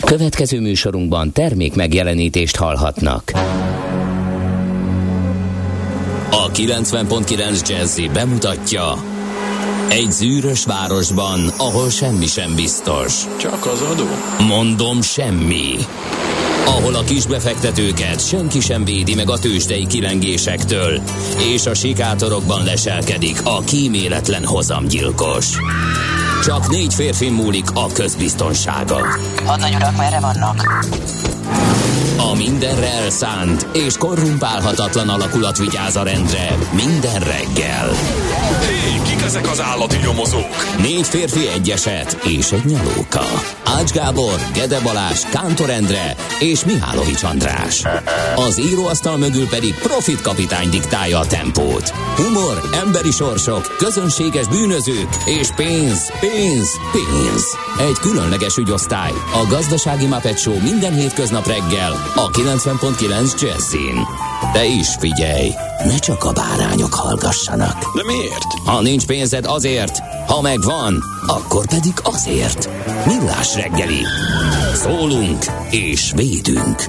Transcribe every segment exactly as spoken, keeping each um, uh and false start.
Következő műsorunkban termék megjelenítést hallhatnak. A kilencven pont kilenc Jazzy bemutatja: egy zűrös városban, ahol semmi sem biztos. Csak az adó? Mondom, semmi. Ahol a kisbefektetőket senki sem védi meg a tőzsdei kilengésektől, és a sikátorokban leselkedik a kíméletlen hozamgyilkos. Csak négy férfi múlik a közbiztonsága. Hadnagy urak, merre vannak? A mindenre elszánt és korrumpálhatatlan alakulat vigyáz a rendre minden reggel. Hé, kik ezek az állati nyomozók? Négy férfi, egy eset és egy nyalóka. Ács Gábor, Gede Balázs, Kántor Endre és Mihálovics András. Az íróasztal mögül pedig Profit kapitány diktálja a tempót. Humor, emberi sorsok, közönséges bűnözők és pénz, pénz, pénz. Egy különleges ügyosztály, a Gazdasági Muppet Show minden hétköznap reggel a kilencven pont kilenc Jazzin. De is figyelj, ne csak a bárányok hallgassanak. De miért? Ha nincs pénzed, azért, ha megvan, akkor pedig azért. Millás reggeli. Szólunk és védünk.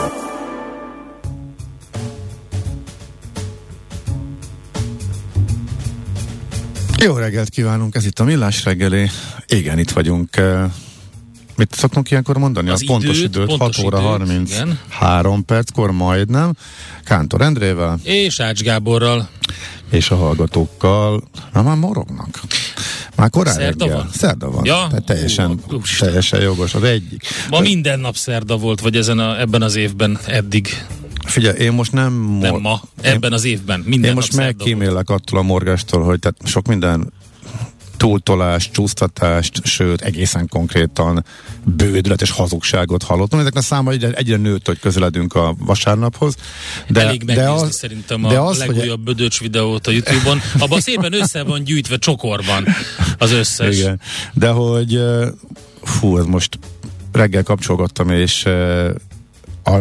Jó reggelt kívánunk, ez itt a Millás reggeli. Igen, itt vagyunk. Mit szoktunk ilyenkor mondani? Az a pontos időt, időt, pontos hat óra időt, harminchárom perckor majdnem. Kántor Endrével. És Ács Gáborral. És a hallgatókkal. Na már morognak. Már korán Szerda reggel. van? Szerda van. Ja? Tehát teljesen, Ú, teljesen jogos. Az egyik. Ma Te... minden nap szerda volt, vagy ezen a, ebben az évben eddig. Figyelj, én most nem... Mor... Nem ma, ebben én... az évben. Minden én most megkímélek attól a morgástól, hogy tehát sok minden túltolást, csúsztatást, sőt egészen konkrétan bődületes hazugságot hallottam. Ezeknek a száma egyre, egyre nőtt, hogy közeledünk a vasárnaphoz. De, Elég megnézni de az, szerintem a de az, legújabb hogy... bödöcs videót a YouTube-on. Abban szépen össze van gyűjtve csokorban az összes. Igen. De hogy fú, ez most reggel kapcsolgattam, és a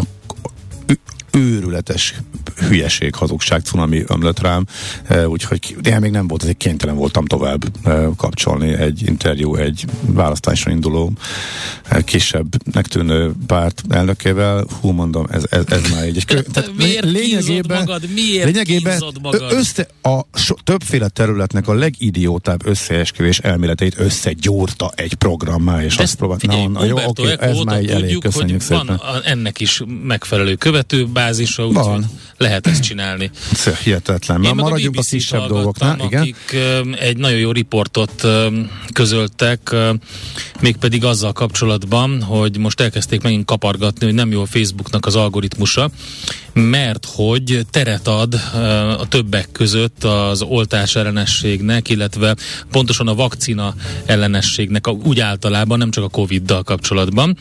őrületes hülyeség, hazugság, cunami ömlött rám, úgyhogy de még nem volt, azért kénytelen voltam tovább kapcsolni egy interjú, egy választásra induló kisebbnek tűnő párt elnökével. Hú, mondom, ez, ez, ez már így. Tehát miért lényegében, magad? Miért lényegében magad? Össze, a so, többféle területnek a legidiótább összeesküvés elméleteit összegyúrta egy programmá, és de azt próbált. Na, na, jó, oké, ez már így elég, köszönjük szépen. Van ennek is megfelelő követőbázisa, úgyhogy lehet ezt csinálni. Hihetetlen. Én maradjunk a, a kisebb dolgoknál. Igen? Akik egy nagyon jó riportot közöltek, mégpedig azzal kapcsolatban, hogy most elkezdték megint kapargatni, hogy nem jó a Facebooknak az algoritmusa, mert hogy teret ad a többek között az oltás ellenességnek, illetve pontosan a vakcina ellenességnek, úgy általában, nem csak a Coviddal kapcsolatban.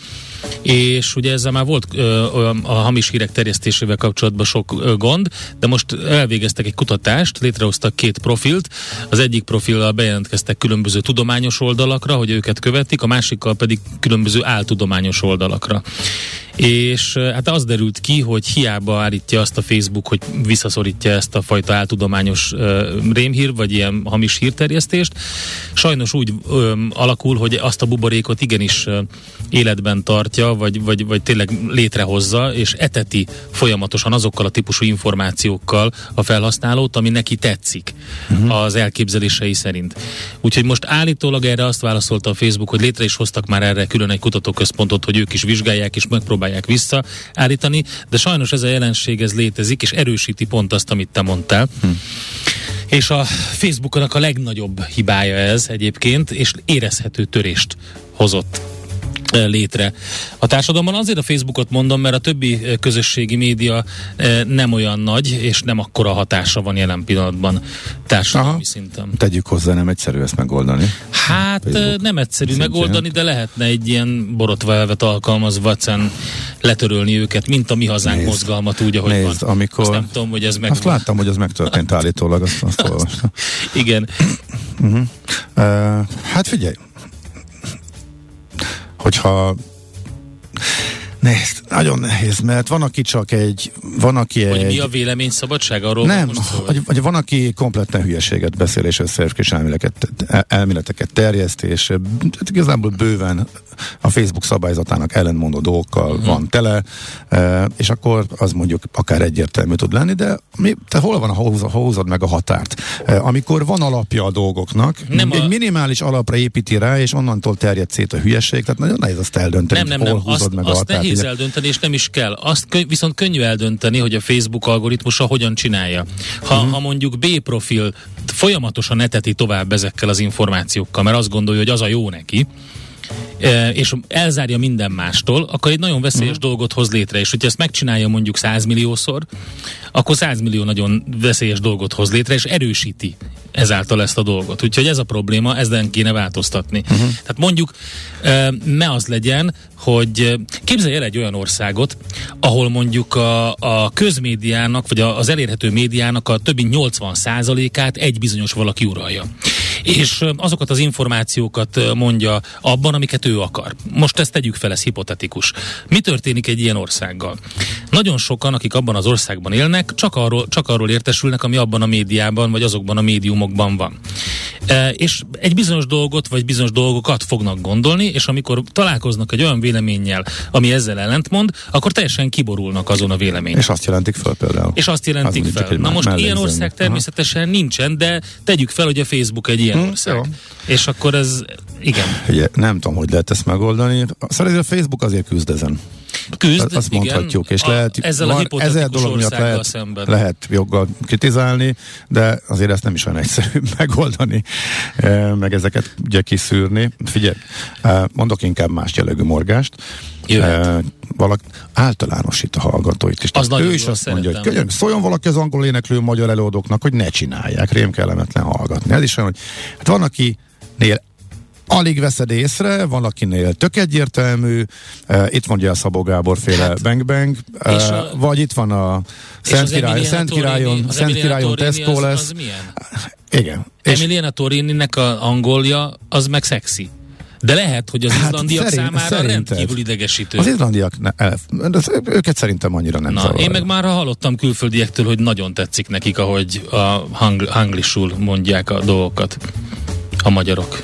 És ugye ezzel már volt a hamis hírek terjesztésével kapcsolatban sok gond, de most elvégeztek egy kutatást, létrehoztak két profilt, az egyik profillal bejelentkeztek különböző tudományos oldalakra, hogy őket követik, a másikkal pedig különböző áltudományos oldalakra. És hát az derült ki, hogy hiába állítja azt a Facebook, hogy visszaszorítja ezt a fajta áltudományos uh, rémhír, vagy ilyen hamis hírterjesztést. Sajnos úgy um, alakul, hogy azt a buborékot igenis uh, életben tartja, vagy, vagy, vagy tényleg létrehozza, és eteti folyamatosan azokkal a típusú információkkal a felhasználót, ami neki tetszik uh-huh. az elképzelései szerint. Úgyhogy most állítólag erre azt válaszolta a Facebook, hogy létre is hoztak már erre külön egy kutatóközpontot, hogy ők is vizsgálják, és megpróbálják visszaállítani, de sajnos ez a jelenség ez létezik, és erősíti pont azt, amit te mondtál. Hm. És a Facebooknak a legnagyobb hibája ez egyébként, és érezhető törést hozott létre a társadalomban. Azért a Facebookot mondom, mert a többi közösségi média nem olyan nagy, és nem akkora hatása van jelen pillanatban társadalmi Aha. szinten. Tegyük hozzá, nem egyszerű ezt megoldani. Hát Facebook nem egyszerű szintjén megoldani, de lehetne egy ilyen borotva elvet alkalmazva egyszerűen letörölni őket, mint a Mi Hazánk nézd, mozgalmat úgy, ahogy nézd, van. Amikor... Azt nem tudom, hogy ez meg. Azt láttam, hogy ez megtörtént állítólag, azt, azt olvastam. Igen. Uh-huh. Uh, hát figyelj, hogyha nézd, nagyon nehéz, mert van, aki csak egy, van, aki Hogy egy... mi a vélemény szabadság? Arról Nem, most szó, vagy, vagy van, aki kompletten hülyeséget beszél, és összeesküvés elméleteket, elméleteket terjeszt, és igazából bőven a Facebook szabályzatának ellentmondó dolgokkal hmm. van tele, és akkor az mondjuk akár egyértelmű tud lenni, de mi, te hol van, ha húzod meg a határt? Amikor van alapja a dolgoknak, nem egy a... minimális alapra építi rá, és onnantól terjed szét a hülyeség, tehát nagyon nehéz azt eldönteni, nem, nem, hol nem. húzod azt, meg azt a határt. Nehéz eldönteni, és nem is kell. Azt kö- viszont könnyű eldönteni, hogy a Facebook algoritmusa hogyan csinálja. Ha, hmm. ha mondjuk B profil folyamatosan eteti tovább ezekkel az információkkal, mert azt gondolja, hogy az a jó neki, és elzárja minden mástól, akkor egy nagyon veszélyes mm. dolgot hoz létre, és hogyha ezt megcsinálja mondjuk százmilliószor, akkor százmillió nagyon veszélyes dolgot hoz létre, és erősíti ezáltal ezt a dolgot. Úgyhogy ez a probléma, ezen kéne változtatni. Uh-huh. Tehát mondjuk ne az legyen, hogy képzelj el egy olyan országot, ahol mondjuk a, a közmédiának, vagy az elérhető médiának a több mint nyolcvan százalékát egy bizonyos valaki uralja. És azokat az információkat mondja abban, amiket ő akar. Most ezt tegyük fel, ez hipotetikus. Mi történik egy ilyen országgal? Nagyon sokan, akik abban az országban élnek, csak arról, csak arról értesülnek, ami abban a médiában, vagy azokban a médiumokban van. E, és egy bizonyos dolgot, vagy bizonyos dolgokat fognak gondolni, és amikor találkoznak egy olyan véleménnyel, ami ezzel ellentmond, akkor teljesen kiborulnak azon a véleményen. És azt jelentik fel például. És azt jelentik az fel. Na most ilyen ország természetesen Aha. nincsen, de tegyük fel, hogy a Facebook egy ilyen hmm, ország. Jó. És akkor ez, igen. Ugye, nem tudom, hogy lehet ezt megoldani. Szerintem a Facebook azért küzd ezen. Küzd, azt mondhatjuk, igen, és a, lehet, ezzel van, a hipotetikus ezer dolog miatt lehet, szemben. lehet joggal kritizálni, de azért ezt nem is olyan egyszerű megoldani, meg ezeket ugye kiszűrni. Figyelj, mondok inkább más jellegű morgást. Jöhet. Valaki általánosít a hallgatóit is. Ő is azt mondja, hogy könyörgöm, szóljon valaki az angol éneklő magyar előadóknak, hogy ne csinálják, rémkellemetlen hallgatni. Ez is olyan, hogy hát van, akinél alig veszed észre, van akinél tök egyértelmű, uh, itt van ugye a Szabó Gábor féle hát, Bang Bang, uh, a, vagy itt van a Szent, Király, Szent Királyon, Szent Királyon Tesco lesz. Az milyen? Igen. Emiliana Torininek a angolja, az meg szexi. De lehet, hogy az hát izlandiak szerint, számára szerinted. rendkívül idegesítő. Az izlandiak, ne, elf, őket szerintem annyira nem Na, zavar. Én meg már hallottam külföldiektől, hogy nagyon tetszik nekik, ahogy a hang, hanglisul mondják a dolgokat a magyarok.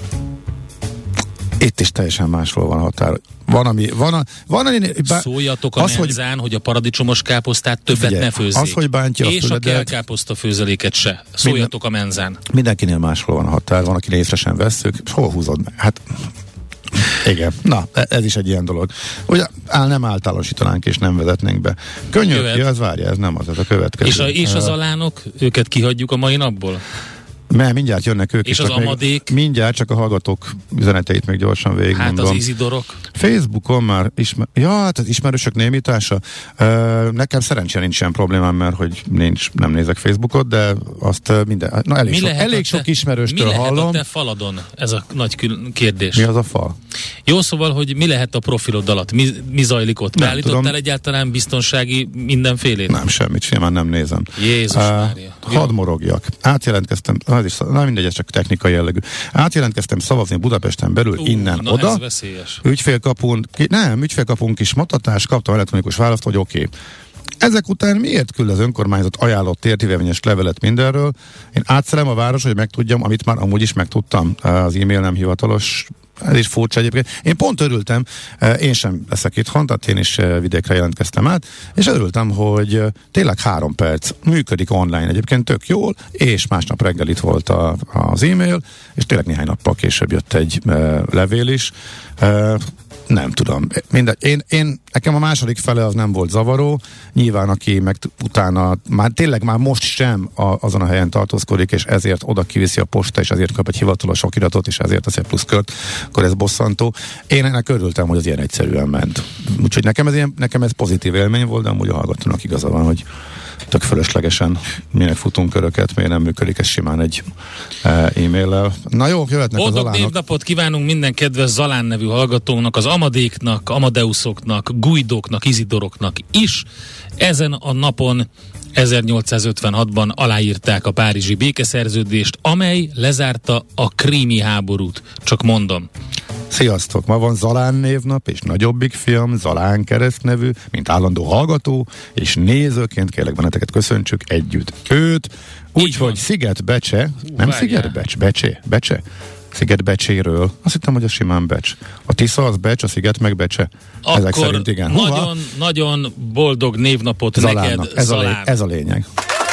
Itt is teljesen másról van a határ. Van, ami... Van, a, van ami, bá, Szóljatok a az, menzán, hogy, hogy a paradicsomos káposztát többet figyelj, ne főzzék. Az, hogy bántja és a, a kelkáposzta főzeléket se. Szóljatok minden, a menzán. Mindenkinél másról van a határ, van, akinél észre sem vesszük. Hol húzod meg? Hát... Igen. Na, ez is egy ilyen dolog. Ugye áll, nem általánosítanánk és nem vezetnénk be. Könnyű, az várja, ez nem az, ez a következő. És, a, és az alánok, őket kihagyjuk a mai napból? Mert mindjárt jönnek ők és is. És az amadék? Mindjárt, csak a hallgatók üzeneteit még gyorsan végigmondom. Hát az izidorok? Facebookon már ismer... Ja, hát az ismerősök némítása. Uh, nekem szerencsére nincs ilyen problémám, mert hogy nincs, nem nézek Facebookot, de azt uh, minden... Na elég, sok, elég sok te, ismerőstől hallom. Mi lehet a te faladon? Ez a nagy kérdés. Mi az a fal? Jó, szóval, hogy mi lehet a profilod alatt? Mi, mi zajlik ott? Beállítottál egyáltalán biztonsági mindenfélét? Nem, semmit, simán nem nézem. Jézus uh, Mária. Hadd morogjak. Átjelentkeztem, az is, na mindegy, ez csak technikai jellegű. Átjelentkeztem szavazni Budapesten belül, uh, innen, na oda. Ez veszélyes. Ügyfélkapun, ki, nem, ügyfélkapun kis matatást, kaptam elektronikus választ, hogy oké. Okay. Ezek után miért küld az önkormányzat ajánlott értékérvényes levelet mindenről? Én átszerem a város, hogy megtudjam, amit már amúgy is megtudtam. Az e-mail nem hivatalos. Ez is furcsa egyébként. Én pont örültem, én sem leszek itthon, tehát én is vidékre jelentkeztem át, és örültem, hogy tényleg három perc működik online egyébként tök jól, és másnap reggel itt volt a, az e-mail, és tényleg néhány nappal később jött egy levél is. Nem tudom. Mindegy. Én, én, nekem a második fele az nem volt zavaró. Nyilván, aki meg utána, már tényleg már most sem a, azon a helyen tartózkodik, és ezért oda kiviszi a posta, és ezért kap egy hivatalos okiratot, és ezért tesz egy plusz kört, akkor ez bosszantó. Én ennek örültem, hogy az ilyen egyszerűen ment. Úgyhogy nekem ez, ilyen, nekem ez pozitív élmény volt, de amúgy a hallgatónak igaza van, hogy tök fölöslegesen minek futunk köröket, miért nem működik ez simán egy e-maillel. Na jó, jöhetnek az Boldog névnapot kívánunk minden kedves Zalán nevű hallgatónak, az Amadéknak, Amadeuszoknak, Guidóknak, Izidoroknak is. Ezen a napon ezernyolcszázötvenhatban aláírták a párizsi békeszerződést, amely lezárta a krími háborút. Csak mondom. Sziasztok! Ma van Zalán névnap és nagyobbik fiam, Zalán keresztnevű, mint állandó hallgató, és nézőként kérlek benneteket köszöntsük együtt őt. Úgyhogy Sziget-Becse, nem Sziget-Becs, Becse, Becse, Sziget-Becséről. Azt hittem, hogy a simán Becs. A Tisza az Becs, a Sziget meg Becse. Akkor ezek szerint igen. Nagyon, nagyon boldog névnapot Zalánnak. neked, Ez, Zalán. A lé- ez a lényeg.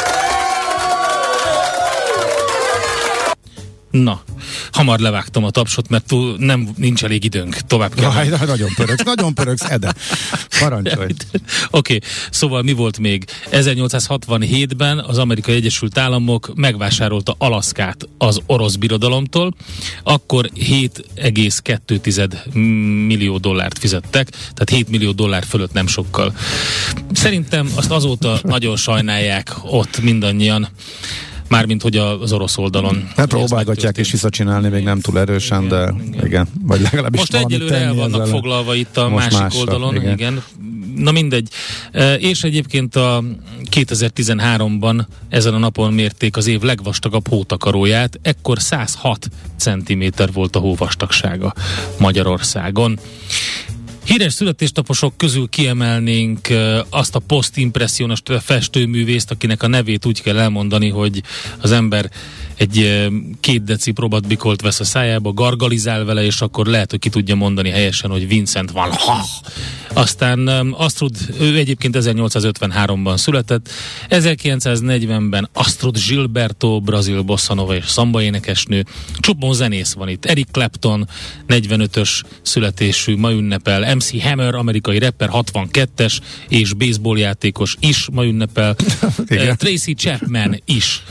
Na, hamar levágtam a tapsot, mert túl nem, nincs elég időnk. Tovább kell. Jaj, nagyon pöröksz, nagyon pöröksz, Ede. Parancsolj. Oké, okay. Szóval mi volt még? ezernyolcszázhatvanhétben az Amerikai Egyesült Államok megvásárolta Alaszkát az orosz birodalomtól, akkor hét egész kettő millió dollárt fizettek, tehát hét millió dollár fölött nem sokkal. Szerintem azt azóta nagyon sajnálják ott mindannyian, mármint hogy az orosz oldalon. Hát próbálgatják és visszacsinálni, még nem túl erősen, igen, de igen, igen. Vagy legalábbis most egyelőre el vannak ezzel foglalva itt a másik másra, oldalon, igen. igen. Na mindegy. E, és egyébként a kétezer-tizenháromban ezen a napon mérték az év legvastagabb hótakaróját, ekkor száz hat centiméter volt a hó vastagsága Magyarországon. Híres születésnaposok közül kiemelnénk azt a posztimpressziónos festőművészt, akinek a nevét úgy kell elmondani, hogy az ember egy két deci próbatbikolt vesz a szájába, gargalizál vele, és akkor lehet, hogy ki tudja mondani helyesen, hogy Vincent van Gogh. Aztán Astrud, ő egyébként ezernyolcszázötvenháromban született, ezerkilencszáznegyvenben Astrud Gilberto, brazil bossa-nova és szamba énekesnő, csupon zenész van itt, Eric Clapton, negyvenötös születésű, ma ünnepel, em cé Hammer, amerikai rapper, hatvankettes, és baseballjátékos is ma ünnepel, Tracy Chapman is,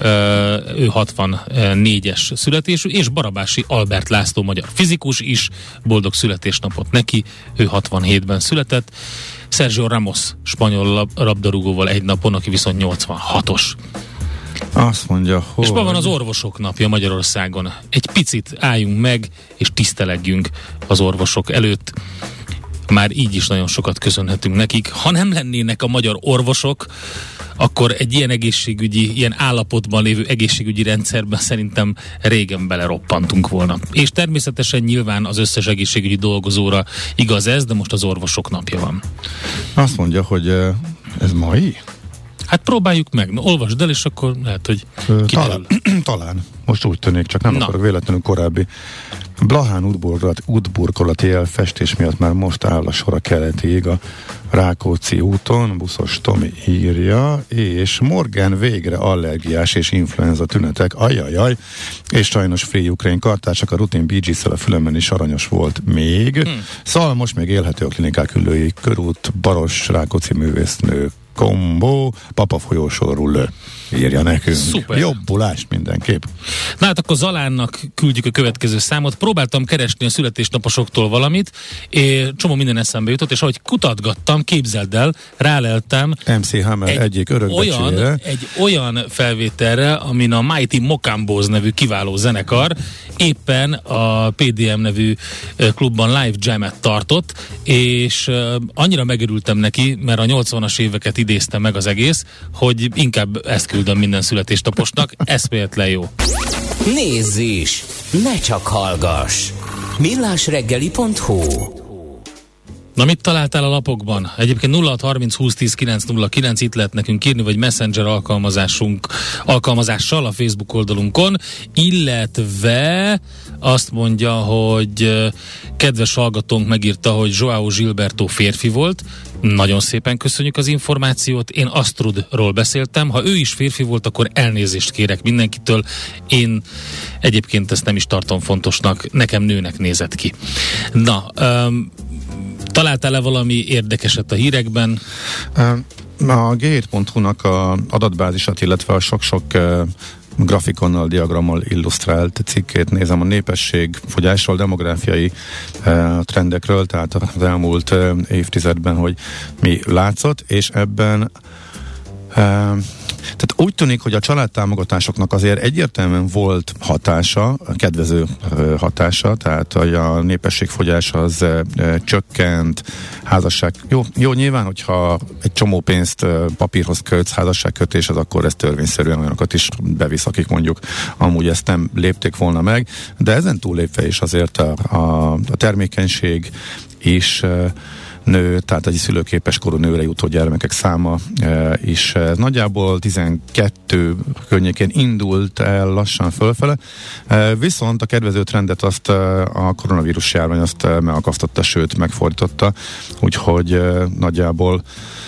ő hatvannégyes születésű, és Barabási Albert László, magyar fizikus is, boldog születésnapot neki, ő hatvanhétben született, Sergio Ramos, spanyol labdarúgóval egy napon, aki viszont nyolcvanhatos. Azt mondja, hogy... És ma van az orvosok napja Magyarországon. Egy picit álljunk meg, és tisztelegjünk az orvosok előtt. Már így is nagyon sokat köszönhetünk nekik. Ha nem lennének a magyar orvosok, akkor egy ilyen egészségügyi, ilyen állapotban lévő egészségügyi rendszerben szerintem régen beleroppantunk volna. És természetesen nyilván az összes egészségügyi dolgozóra igaz ez, de most az orvosok napja van. Azt mondja, hogy ez mai? Hát próbáljuk meg. Na, olvasd el, és akkor lehet, hogy kiderül. Talán, talán. Most úgy tűnik, csak nem Na. akarok véletlenül korábbi. Blahán útburkolati elfestés miatt már most áll a sor a keletiig a Rákóczi úton, Buszos Tomi írja, és Morgan végre allergiás és influenza tünetek, ajajaj, és sajnos Free Ukraine kartársak, a rutin Bee Gees-szel a fülemben is aranyos volt még. Hmm. Szóval most még élhető a klinikák ülői körút, Baros Rákóczi művésznő kombó, Papa folyósorról lő, írja nekünk. Szuper. Jobbulást mindenképp. Na hát akkor Zalánnak küldjük a következő számot. Próbáltam keresni a születésnaposoktól valamit, és csomó minden eszembe jutott, és ahogy kutatgattam, képzeld el, ráleltem em cé Hammer egy egyik örökbecsére. Egy olyan felvételre, amin a Mighty Mocambos nevű kiváló zenekar éppen a pé dé em nevű klubban live jamet tartott, és annyira megörültem neki, mert a nyolcvanas éveket idézte meg az egész, hogy inkább ezt küldöm minden születésnaposnak. Eszméletlen jó. Nézz is! Ne csak hallgass! millásreggeli pont hu. Na, mit találtál a lapokban? Egyébként nulla hat harminc húsz tíz kilenc nulla kilenc itt lehet nekünk írni, vagy Messenger alkalmazásunk alkalmazással a Facebook oldalunkon, illetve azt mondja, hogy kedves hallgatónk megírta, hogy João Gilberto férfi volt. Nagyon szépen köszönjük az információt. Én Astrudról beszéltem. Ha ő is férfi volt, akkor elnézést kérek mindenkitől. Én egyébként ezt nem is tartom fontosnak. Nekem nőnek nézett ki. Na, um, találtál-e valami érdekeset a hírekben? A gé hét pont hu-nak a adatbázisat, illetve a sok-sok uh, grafikonnal, diagrammal illusztrált cikkét nézem a népesség fogyásról, demográfiai uh, trendekről, tehát az elmúlt uh, évtizedben, hogy mi látszott, és ebben uh, Tehát úgy tűnik, hogy a családtámogatásoknak azért egyértelműen volt hatása, kedvező hatása, tehát hogy a népességfogyás az e, e, csökkent, házasság, jó, jó, nyilván, hogyha egy csomó pénzt e, papírhoz kötsz, házasságkötés, az akkor ez törvényszerűen olyanokat is bevisz, akik mondjuk amúgy ezt nem lépték volna meg, de ezen túllépve is azért a, a, a termékenység is e, nő, tehát egy szülőképes korú nőre jutó gyermekek száma e, is e, nagyjából tizenkettő környékén indult el lassan fölfele, e, viszont a kedvező trendet azt e, a koronavírus járvány azt e, megakasztotta, sőt megfordította, úgyhogy e, nagyjából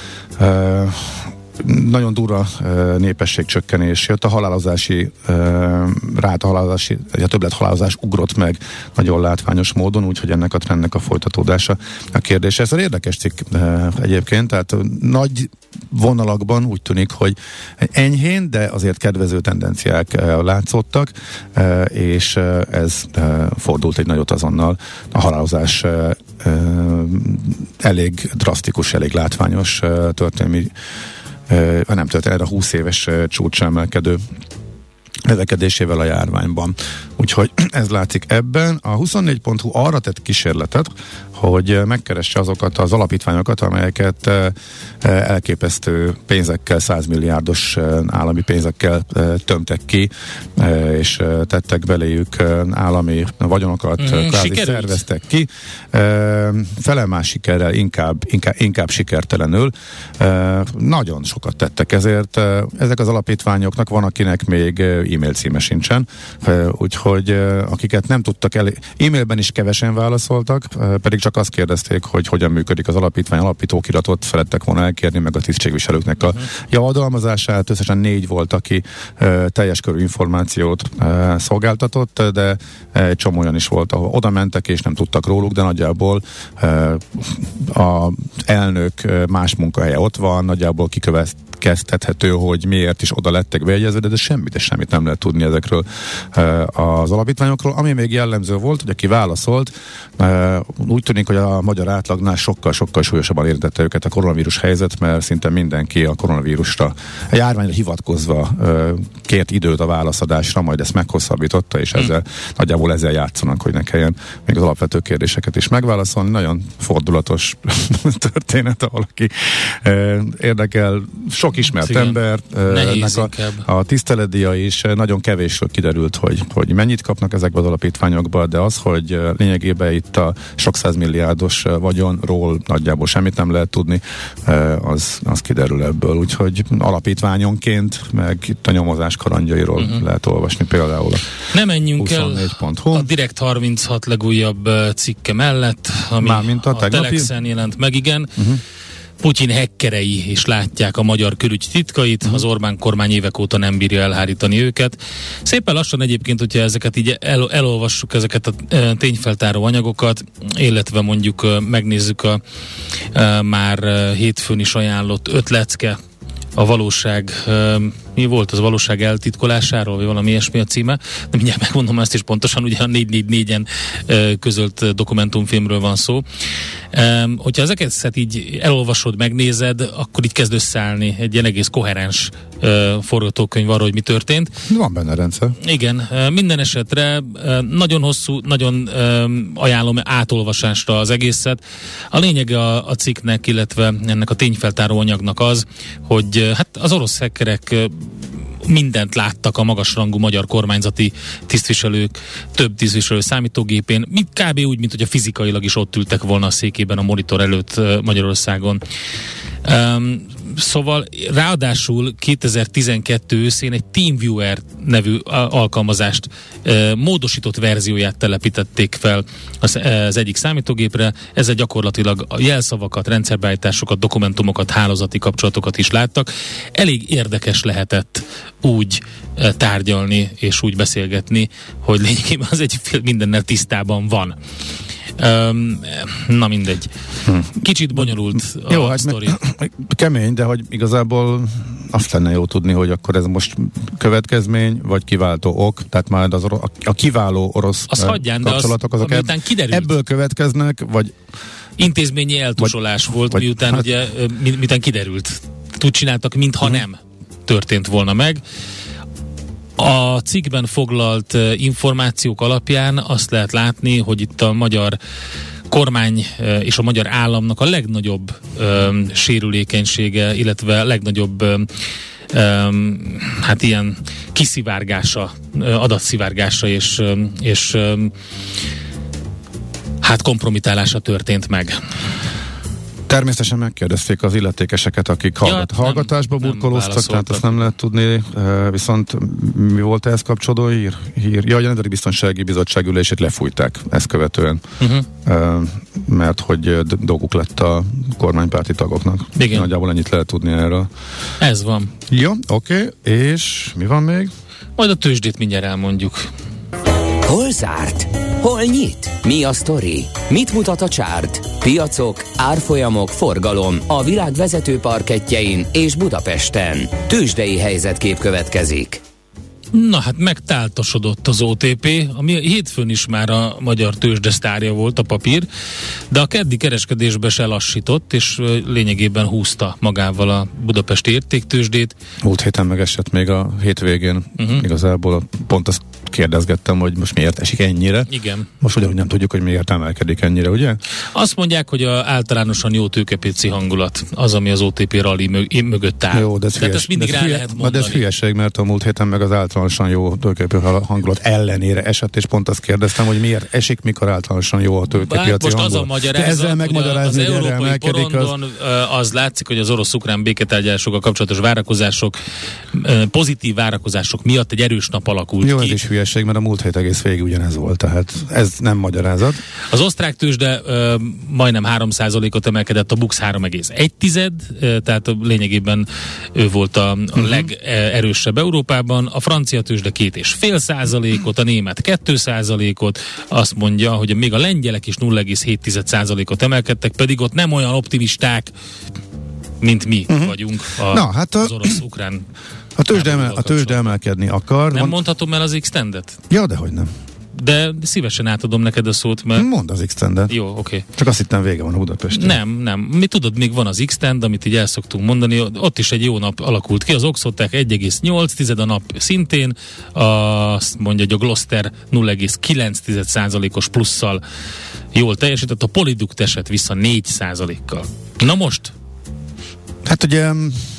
e, nagyon durva uh, népességcsökkenés jött, a halálozási uh, ráta halálozási, a többlet halálozás ugrott meg nagyon látványos módon, úgyhogy ennek a trendnek a folytatódása a kérdés. Ez az érdekes cikk uh, egyébként, tehát uh, nagy vonalakban úgy tűnik, hogy enyhén, de azért kedvező tendenciák uh, látszottak, uh, és uh, ez uh, fordult egy nagyot azonnal. A halálozás uh, uh, elég drasztikus, elég látványos uh, történelmi Uh, nem történt, a húsz éves uh, csúcsemelkedő növekedésével a járványban. Úgyhogy ez látszik ebben. A huszonnégy pont hu arra tett kísérletet, hogy megkeresse azokat az alapítványokat, amelyeket elképesztő pénzekkel, százmilliárdos állami pénzekkel tömtek ki, és tettek beléjük állami vagyonokat, mm, kvázi szerveztek ki. Felemás sikerrel, inkább, inkább, inkább sikertelenül. Nagyon sokat tettek ezért. Ezek az alapítványoknak van, akinek még e-mail címe sincsen, úgyhogy akiket nem tudtak el, e-mailben is kevesen válaszoltak, pedig csak azt kérdezték, hogy hogyan működik az alapítvány, alapítókiratot szerettek volna elkérni, meg a tisztségviselőknek a uh-huh. javadalmazását. Összesen négy volt, aki uh, teljes körű információt uh, szolgáltatott, de egy csomó olyan is volt, ahol oda mentek és nem tudtak róluk, de nagyjából uh, a elnök más munkahelye ott van, nagyjából kikövetkeztethető, hogy miért is oda lettek bejegyezve, de, de semmit, de semmit nem lehet tudni ezekről uh, az alapítványokról. Ami még jellemző volt, hogy aki válaszolt, uh, úgy tűnik, hogy a magyar átlagnál sokkal-sokkal súlyosabban érintette őket a koronavírus helyzet, mert szinte mindenki a koronavírusra, a járványra hivatkozva uh, kért időt a válaszadásra, majd ezt meghosszabbította, és ezzel hmm. nagyjából ezzel játszanak, hogy ne kelljen még az alapvető kérdéseket is megválaszolni. Nagyon fordulatos történet, ahol aki uh, érdekel sok ismert igen. ember, uh, a, a tiszteletdíja is nagyon kevésről kiderült, hogy, hogy mennyit kapnak ezekbe az alapítványokba, de az, hogy uh, lényegében itt a sok százmilliárdos vagyonról nagyjából semmit nem lehet tudni, az, az kiderül ebből. Úgyhogy alapítványonként, meg itt a nyomozás kalandjairól uh-huh. lehet olvasni például a Ne menjünk el pont hu. A Direkt harminchat legújabb cikke mellett, ami Mármint a, a Telexen jelent meg, igen. Uh-huh. Putyin hekkerei is látják a magyar külügy titkait, uh-huh. az Orbán kormány évek óta nem bírja elhárítani őket. Szépen lassan egyébként, hogyha ezeket így el, elolvassuk, ezeket a e, tényfeltáró anyagokat, illetve mondjuk e, megnézzük a e, már e, hétfőn is ajánlott öt lecke a valóság, e, mi volt az valóság eltitkolásáról, vagy valami ilyesmi a címe, de mindjárt megmondom ezt is pontosan, ugye a négy négy négyen e, közölt dokumentumfilmről van szó. E, hogyha ezeket így elolvasod, megnézed, akkor így kezd összeállni egy ilyen egész koherens e, forgatókönyv arról, hogy mi történt. Van benne rendszer. Igen, e, minden esetre e, nagyon hosszú, nagyon e, ajánlom átolvasásra az egészet. A lényege a, a cikknek, illetve ennek a tényfeltáró anyagnak az, hogy e, hát az orosz hackerek e, mindent láttak a magasrangú magyar kormányzati tisztviselők, több tisztviselő számítógépén, mint kb. Úgy, mint hogy a fizikailag is ott ültek volna a székében a monitor előtt Magyarországon. Um, szóval ráadásul kétezer-tizenkettő őszén egy TeamViewer nevű alkalmazást, uh, módosított verzióját telepítették fel az, az egyik számítógépre. Ezzel gyakorlatilag a jelszavakat, rendszerbeállításokat, dokumentumokat, hálózati kapcsolatokat is láttak. Elég érdekes lehetett úgy uh, tárgyalni és úgy beszélgetni, hogy lényegében az egy fél mindennel tisztában van. Um, na mindegy. Hm. Kicsit bonyolult a jó, hát sztori. Me- kemény, de hogy igazából azt lenne jó tudni, hogy akkor ez most következmény, vagy kiváltó ok, tehát már az oro- a kiváló orosz az hagyján, kapcsolatok, azok ebb- ebből következnek, vagy intézményi eltusolás vagy, volt, vagy, miután hát, ugye, mi, miután kiderült. Úgy csináltak, mintha uh-huh. nem. történt volna meg. A cikkben foglalt információk alapján azt lehet látni, hogy itt a magyar kormány és a magyar államnak a legnagyobb ö, sérülékenysége, illetve a legnagyobb ö, ö, hát ilyen kiszivárgása, adatszivárgása és, és ö, hát kompromitálása történt meg. Természetesen megkérdezték az illetékeseket, akik hallgat, ja, hallgatásba burkolóztak, tehát ezt nem lehet tudni, viszont mi volt ehhez kapcsolódó hír? hír? Ja, a Nemzeti Biztonsági Bizottság ülését lefújták ezt követően, uh-huh. mert hogy dolguk lett a kormánypárti tagoknak. Igen. Nagyjából ennyit lehet tudni erről. Ez van. Jó, oké, okay. És mi van még? Majd a tőzsdét mindjárt elmondjuk. Hol zárt? Hol nyit? Mi a sztori? Mit mutat a csárt? Piacok, árfolyamok, forgalom a világ vezető parkettjein és Budapesten. Tőzsdei helyzetkép következik. Na hát megtáltosodott az o té pé, ami hétfőn is már a magyar tőzsde sztárja volt a papír, de a keddi kereskedésbe se lassított, és lényegében húzta magával a budapesti értéktőzsdét. Múlt héten megesett még a hétvégén, uh-huh. igazából pont azt kérdezgettem, hogy most miért esik ennyire. Igen. Most ugyanúgy nem tudjuk, hogy miért emelkedik ennyire, ugye? Azt mondják, hogy a általánosan jó tőkepiaci hangulat az, ami az o té pé rally mög- mögött áll. Jó, de ez hülyes, ezt mindig de rá hülye, lehet mondani. De ez hülyeség, mert a múlt héten meg az általánosan jó tőkepiaci hangulat ellenére esett, és pont azt kérdeztem, hogy miért esik, mikor általánosan jó a tőkepiaci most hangulat. Az a magyarázat, ezzel megmagyarázni, az európai porondon az... az látszik, hogy az orosz-ukrán béketárgyalásokkal kapcsolatos várakozások, pozitív várakozások miatt egy erős nap alakult jó, ki. Ez is hülyeség, mert a múlt hét egész végig ugyanez volt, tehát ez nem magyarázat. Az osztrák tőzsde ö, majdnem három százalékot emelkedett, a BUX három egész egy, ö, tehát lényegében ő volt a, a uh-huh. legerősebb Európában, a francia tőzsde két és fél százalékot, a német kettő százalékot, azt mondja, hogy még a lengyelek is nulla egész hét százalékot emelkedtek, pedig ott nem olyan optimisták, mint mi uh-huh. vagyunk a, Na, hát a... az orosz-ukrán. A tőzsde, emel, a tőzsde emelkedni akar. Nem van... mondhatom el az X-tendet? Ja, dehogy nem. De szívesen átadom neked a szót, mert... Mondd az X-tendet. Jó, oké. Okay. Csak azt hittem vége van a Budapesten. Nem, nem. Mi tudod, még van az X-tend, amit így el szoktunk mondani, ott is egy jó nap alakult ki. Az Oxotec egy egész nyolc a nap szintén, azt mondja, hogy a Gloster nulla egész kilenc százalékos plusszal jól teljesített, a Polyduct esett vissza négy százalékkal. Na most? Hát ugye...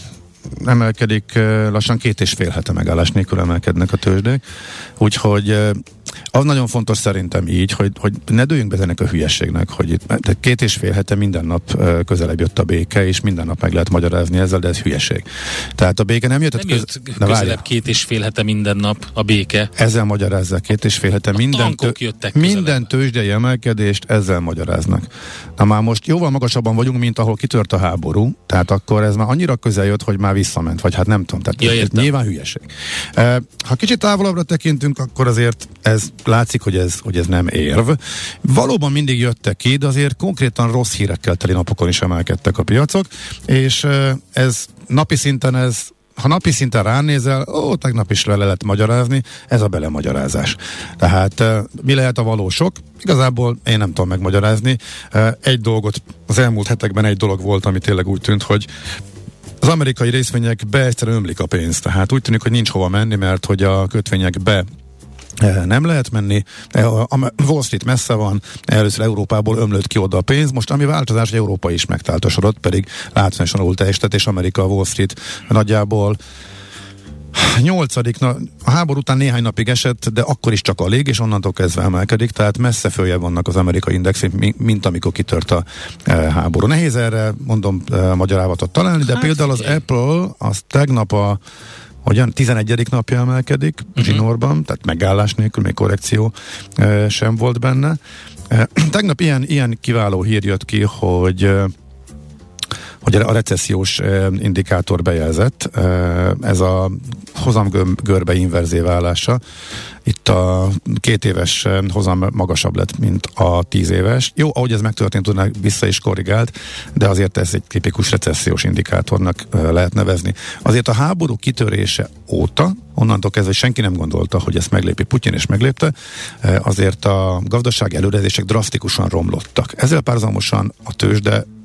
emelkedik, lassan két és fél hete megállás nélkül emelkednek a tőzsdék, úgyhogy az nagyon fontos szerintem így, hogy, hogy ne dőljünk be ennek a hülyességnek, hogy itt, két és fél hete minden nap közelebb jött a béke, és minden nap meg lehet magyarázni ezzel, de ez hülyeség. Tehát a béke nem jött, nem jött köz... közelebb várja. Két és fél hete minden nap a béke. Ezzel magyarázzák két és fél hete. Minden, tő... minden tőzsdei emelkedést ezzel magyaráznak. Na már most jóval magasabban vagyunk, mint ahol kitört a háború, tehát akkor ez már annyira közel jött, hogy már visszament, vagy hát nem tudom, tehát ja, ez nyilván hülyeség. Ha kicsit távolabbra tekintünk, akkor azért ez látszik, hogy ez, hogy ez nem érv. Valóban mindig jöttek ki, de azért konkrétan rossz hírekkel teli napokon is emelkedtek a piacok, és ez napi szinten ez ha napi szinten ránézel, ó, tegnap is le lehet magyarázni, ez a belemagyarázás. Tehát mi lehet a valósok? Igazából én nem tudom megmagyarázni. Egy dolgot, az elmúlt hetekben egy dolog volt, ami tényleg úgy tűnt, hogy az amerikai részvényekbe egyszerűen ömlik a pénz. Tehát úgy tűnik, hogy nincs hova menni, mert hogy a kötvényekbe nem lehet menni. A Wall Street messze van, először Európából ömlött ki oda a pénz, most ami változás, hogy Európa is megtáltosodott, pedig látványosan alul teljesített, és Amerika, a Wall Street nagyjából nyolcadik, na, a háború után néhány napig esett, de akkor is csak alig, és onnantól kezdve emelkedik, tehát messze följebb vannak az amerikai indexek, mint amikor kitört a e, háború. Nehéz erre, mondom, e, magyarávatot találni, de hát például az Apple, az tegnap a hogyan, tizenegyedik napja emelkedik uh-huh. zsinórban, tehát megállás nélkül, még korrekció e, sem volt benne. E, tegnap ilyen, ilyen kiváló hír jött ki, hogy e, hogy a recessziós e, indikátor bejelzett. E, ez a hozamgörbe inverzé válása. Itt a két éves hozam magasabb lett, mint a tíz éves. Jó, ahogy ez megtörtént, tudnák vissza is korrigált, de azért ez egy tipikus recessziós indikátornak e, lehet nevezni. Azért a háború kitörése óta, onnantól kezdve senki nem gondolta, hogy ezt meglépi Putyin, és meglépte, e, azért a gazdasági előrejelzések drasztikusan romlottak. Ezzel párhuzamosan a tőzsde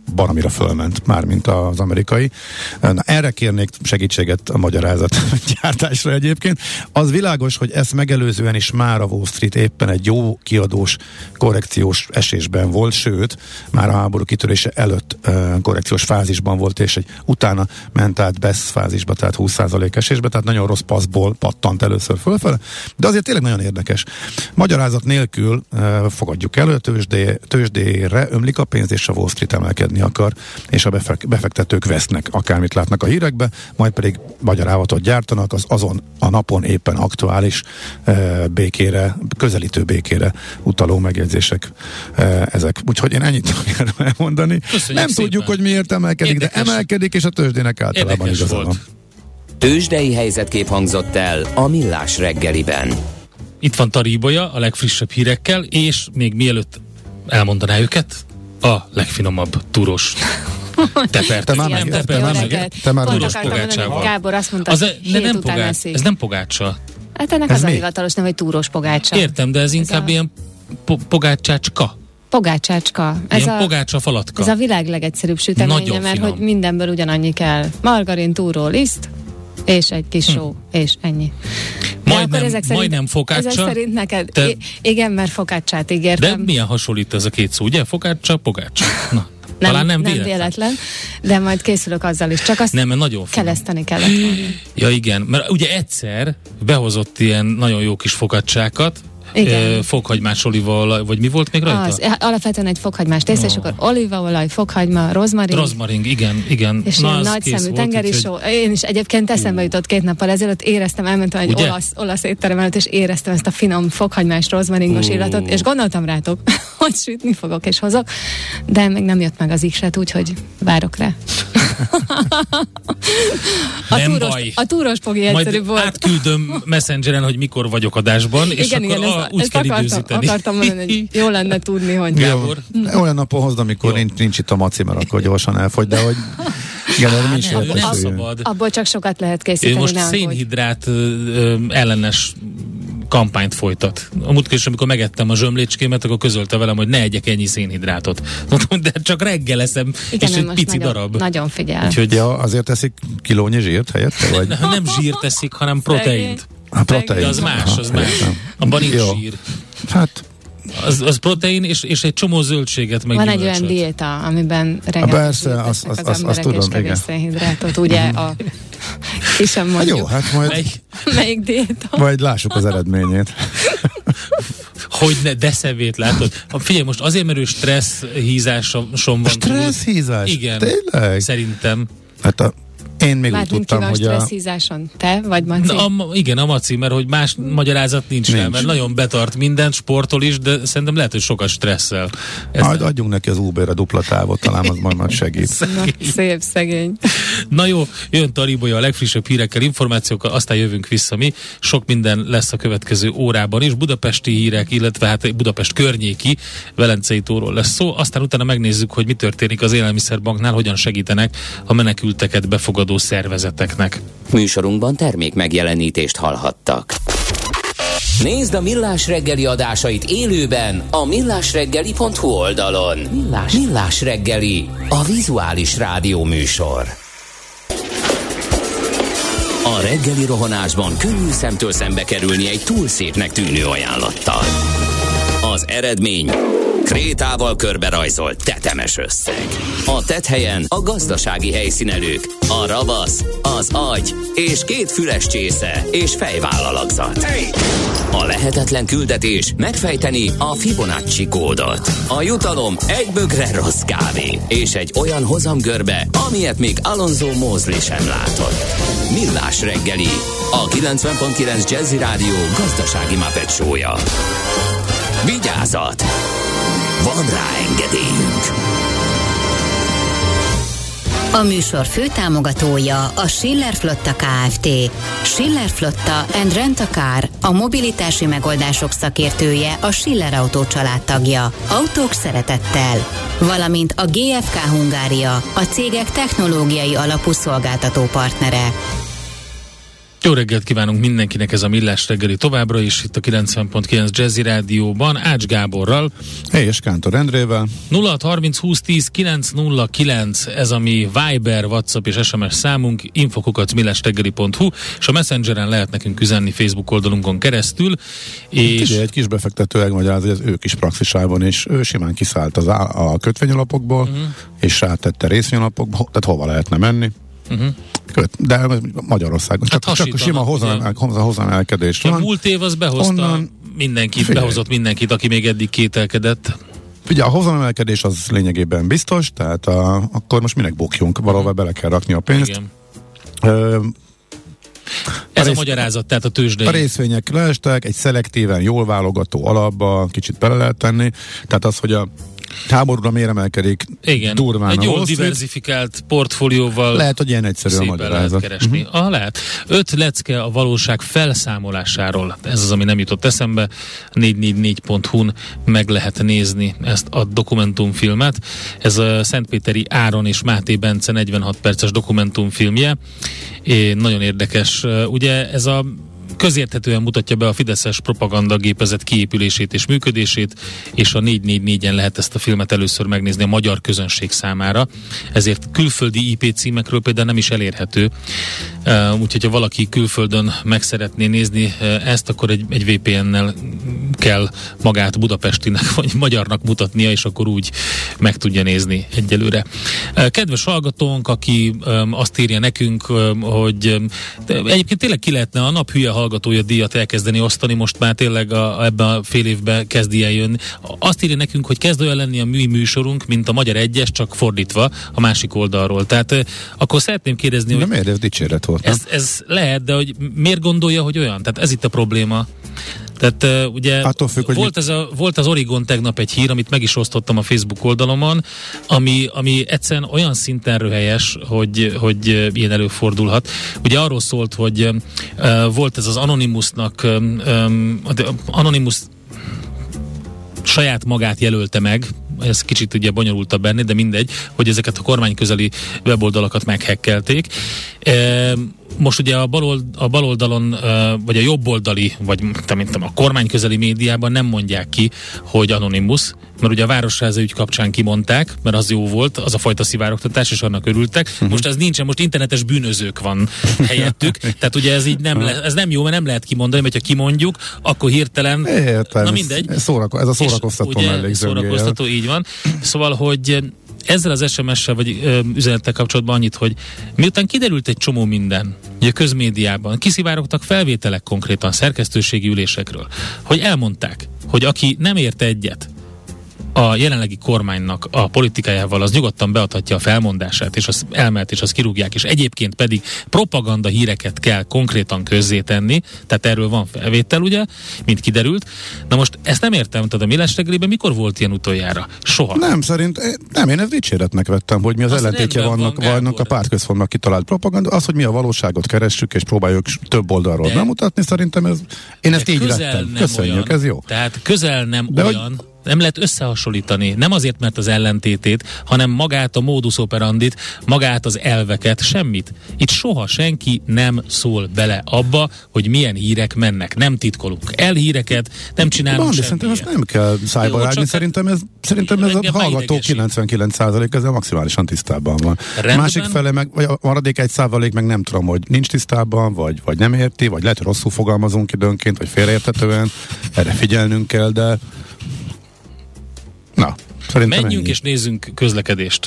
baromira fölment, mármint az amerikai. Na, erre kérnék segítséget a magyarázat gyártásra egyébként. Az világos, hogy ezt megelőzően is már a Wall Street éppen egy jó kiadós korrekciós esésben volt, sőt, már a háború kitörése előtt uh, korrekciós fázisban volt, és egy utána ment át BESZ fázisba, tehát húsz százalék esésbe, tehát nagyon rossz passzból pattant először fölfele, de azért tényleg nagyon érdekes. Magyarázat nélkül uh, fogadjuk elő, tőzsdé, tőzsdére ömlik a pénz, és a Wall Street emelkedni akar, és a befektetők vesznek, akármit látnak a hírekbe, majd pedig magyarázatot gyártanak az azon a napon éppen aktuális uh, békére, közelítő békére utaló megjegyzések uh, ezek. Úgyhogy én ennyit tudok elmondani. Köszönjük Nem szépen. Tudjuk, hogy miért emelkedik, Érdekes. de emelkedik, és a tőzsdének általában igaza van. Tőzsdei helyzetkép hangzott el a Millás reggeliben. Itt van Taríbolya a legfrissebb hírekkel, és még mielőtt elmondaná őket, a legfinomabb túros tepert. Te már meg, nem, te már meg, te már túros pogácsával. Gábor azt mondta, hogy hét nem után pogá- eszik. Ez nem pogácsa. Hát ennek ez az mi? A hivatalos nem, hogy túros pogácsa. Értem, de ez, ez inkább a... ilyen po- pogácsácska. Pogácsácska. Ez ilyen a, pogácsa falatka. Ez a világ legegyszerűbb süteménye, mert hogy mindenből ugyanannyi kell. Margarin, túró, liszt, és egy kis só, hm. és ennyi. Majdnem, ezek szerint, majdnem fokácsa. Ezek szerint neked, te... I- igen, mert fokácsát ígértem. De milyen hasonlít ez a két szó, ugye? Fokácsa, pogácsa. Na. Nem, Talán nem, nem véletlen. véletlen, de majd készülök azzal is, csak azt nem, nagyon keleszteni kellett volna. Ja igen, mert ugye egyszer behozott ilyen nagyon jó kis fokácsákat, Uh, fokhagymás olívaolaj, vagy mi volt még rajta? Az, alapvetően egy fokhagymás tészta, és akkor olívaolaj, fokhagyma, rozmarin. Rozmarin, igen, igen. És ilyen nagyszemű tengeri só. Én is egyébként eszembe jutott két nappal ezelőtt, éreztem, elmentem egy olasz, olasz étterem előtt, és éreztem ezt a finom fokhagymás, rozmaringos uh. illatot, és gondoltam rátok, hogy sütni fogok, és hozok, de még nem jött meg az ikset, úgyhogy várok rá. a, nem túros, baj. a túros pogi egyszerűbb volt. Átküldöm Messengeren, hogy mikor vagyok adásban, és igen, akkor igen, a, úgy kell akartam, időzíteni. akartam mondani, hogy jó lenne tudni, hogy... Gábor. Olyan napon hozd, amikor nincs, nincs itt a maci, mert akkor gyorsan elfogy, de hogy igen, Á, mi is nem, nem szabad. Abból csak sokat lehet készíteni. Ő most szénhidrát ö, ellenes kampányt folytat. A múltkor is, amikor megettem a zsömlécskémet, akkor közölte velem, hogy ne egyek ennyi szénhidrátot. De csak reggel eszem, igen, és egy pici nagyon, darab. Nagyon figyel. Úgyhogy ja, azért teszik kilónyi zsírt helyette? Vagy? Nem zsírt teszik, hanem proteint. A protein. De az más, az más. Abban nincs zsír. Hát Az, az protein, és, és egy csomó zöldséget meg van gyümölcsöt. egy olyan diéta, amiben rengeteg az, az, az, az, az tudom, és kevés szénhidrátot, ugye a ki sem mondjuk. Hát jó, hát majd melyik, melyik diéta? Majd lássuk az eredményét. Hogy ne, de szevét látod. Figyelj, most azért, mert ő stressz hízásom van. Stressz hízás? Igen. Tényleg? Szerintem. Hát a én még Már úgy tudtam, hogy a... stresszízáson. Te vagy Maci? Na, a, igen, a Maci, mert hogy más magyarázat nincs, nincs. rá, mert nagyon betart mindent, sportol is, de szerintem lehet, hogy sokat stresszel. Majd adjunk neki az Uberre dupla távot, talán az majd, majd segít. Na, szép szegény. Na jó, jön Taríbolya a legfrissebb hírekkel, információkkal, aztán jövünk vissza mi. Sok minden lesz a következő órában is. Budapesti hírek, illetve hát Budapest környéki Velencei tóról lesz szó. Aztán utána megnézzük, hogy mi történik az Élelmiszerbanknál, hogyan segítenek a menekülteket befogadó szervezeteknek. Műsorunkban termék megjelenítést hallhattak. Nézd a Millás reggeli adásait élőben a millásreggeli pont hu oldalon. Millás, Millás reggeli, a vizuális rádió műsor. A reggeli rohanásban könnyű szemtől szembe kerülni egy túl szépnek tűnő ajánlattal. Az eredmény krétával körberajzolt tetemes összeg. A tetthelyen a gazdasági helyszínelők, a ravasz, az agy és két füles csésze és fejvállalakzat. A lehetetlen küldetés megfejteni a Fibonacci kódot. A jutalom egy bögre rossz kávé és egy olyan hozamgörbe, amilyet még Alonso Mosley sem látott. Millás reggeli, a kilencven pont kilenc Jazzy Rádió gazdasági Muppet show-ja. Vigyázat! Van rá engedélyünk! A műsor főtámogatója a Schiller Flotta Kft. Schiller Flotta and Rent a Car, a mobilitási megoldások szakértője, a Schiller Autó családtagja. Autók szeretettel. Valamint a gé ef ká Hungária, a cégek technológiai alapú szolgáltató partnere. Jó reggelt kívánunk mindenkinek, ez a Millás reggeli továbbra is, itt a kilencven pont kilenc Jazzy Rádióban, Ács Gáborral. És Kántor Endrével. nulla hat harminc húsz tíz kilenc nulla kilenc, ez a mi Viber, WhatsApp és es em es számunk, infokukac millásreggeli pont hu, és a Messengeren lehet nekünk üzenni Facebook oldalunkon keresztül. És ugye egy kis befektető elmagyarázza, hogy az ő kis praxisában is ő simán kiszállt az á- a kötvényalapokból, uh-huh. és rátette részvényalapokba, tehát hova lehetne menni. Uh-huh. De Magyarországon hát csak, csak sima hozamemelkedés van. A múlt év az behozta onnan, mindenkit, figyelj. behozott mindenkit, aki még eddig kételkedett. Ugye a hozamemelkedés az lényegében biztos, tehát a, akkor most minek bukjunk, valahol bele kell rakni a pénzt. Igen. Ö, Ez a, rész, a magyarázat, tehát a tőzsdei. A részvények leestek, egy szelektíven jól válogató alapba kicsit bele lehet tenni, tehát az, hogy a háborúra miért emelkedik igen, durván egy a jól Wall diversifikált portfólióval lehet, hogy ilyen egyszerű a magyarázat. Lehet keresni. Uh-huh. Ah, lehet. Öt lecke a valóság felszámolásáról. Ez az, ami nem jutott eszembe. négy négy négy pont hu-n meg lehet nézni ezt a dokumentumfilmet. Ez a Szentpéteri Áron és Máté Bence negyvenhat perces dokumentumfilmje. É, nagyon érdekes. Ugye ez a közérthetően mutatja be a fideszes propagandagépezet kiépülését és működését, és a négy négy négyen lehet ezt a filmet először megnézni a magyar közönség számára. Ezért külföldi í pé címekről például nem is elérhető. Uh, úgyhogy ha valaki külföldön meg szeretné nézni uh, ezt, akkor egy, egy vé pé en-nel kell magát budapestinek vagy magyarnak mutatnia, és akkor úgy meg tudja nézni egyelőre. Uh, kedves hallgatónk, aki um, azt írja nekünk, um, hogy um, egyébként tényleg ki lehetne a nap hülye hallgatója díjat elkezdeni osztani, most már tényleg a, a, ebben a fél évben kezd ilyen jönni. Azt írja nekünk, hogy kezd olyan lenni a mű műsorunk, mint a Magyar Egyes, csak fordítva a másik oldalról. Tehát uh, akkor szeretném kérdezni, de hogy... miért ez dicséret volt, ez, ez lehet, de hogy miért gondolja, hogy olyan? Tehát ez itt a probléma. Tehát uh, ugye függ, volt, ez a, volt az Origon tegnap egy hír, amit meg is osztottam a Facebook oldalomon, ami, ami egyszerűen olyan szinten röhelyes, hogy, hogy uh, ilyen előfordulhat. Ugye arról szólt, hogy uh, volt ez az Anonymousnak um, um, Anonymous saját magát jelölte meg, ez kicsit ugye bonyolultabb benne, de mindegy, hogy ezeket a kormányközeli weboldalakat meghekkelték. E, most ugye a, balold, a baloldalon, vagy a jobboldali, vagy a kormányközeli médiában nem mondják ki, hogy Anonymous, mert ugye a Városháza ügy kapcsán kimondták, mert az jó volt, az a fajta szivárogtatás, és annak örültek. Uh-huh. Most ez nincsen, most internetes bűnözők van helyettük, tehát ugye ez így nem, le, ez nem jó, mert nem lehet kimondani, mert ha kimondjuk, akkor hirtelen, értem, na mindegy. Ez, szórako, ez a szórakoztató mellékzőngél. Szórakoztató, így van. Szóval, hogy ezzel az es em es-sel vagy ö, üzenettel kapcsolatban annyit, hogy miután kiderült egy csomó minden, ugye a közmédiában, kiszivárogtak felvételek konkrétan szerkesztőségi ülésekről, hogy elmondták, hogy aki nem érte egyet a jelenlegi kormánynak a politikájával, az nyugodtan beadhatja a felmondását, és az elmelt, és az kirúgják, és egyébként pedig propaganda híreket kell konkrétan közzétenni, tehát erről van felvétel, ugye, mint kiderült. Na most ezt nem értem, tehát a Millás reggeliben mikor volt ilyen utoljára? Soha. Nem, szerint, nem, én ezt dicséretnek vettem, hogy mi az, az ellentétje vannak, van, vannak a pártközpontnak kitalált propaganda, az, hogy mi a valóságot keressük, és próbáljuk több oldalról de, bemutatni, szerintem ez, én ezt így vettem. Köszönjük, olyan. Ez jó. Tehát közel nem de olyan, hogy nem lehet összehasonlítani, nem azért, mert az ellentétét, hanem magát a modus operandit, magát az elveket, semmit. Itt soha senki nem szól bele abba, hogy milyen hírek mennek. Nem titkolunk el híreket, nem csinálunk semmit. Szerintem ezt nem kell szájba rágni, szerintem ez, szerintem ez a hallgató kilencvenkilenc százalék ezzel maximálisan tisztában van. Rendben. Másik fele meg, vagy a maradék egy százalék meg nem tudom, hogy nincs tisztában, vagy, vagy nem érti, vagy lehet, hogy rosszul fogalmazunk időnként, vagy félreérthetően, erre figyelnünk kell, de na, menjünk ennyi. És nézzünk közlekedést.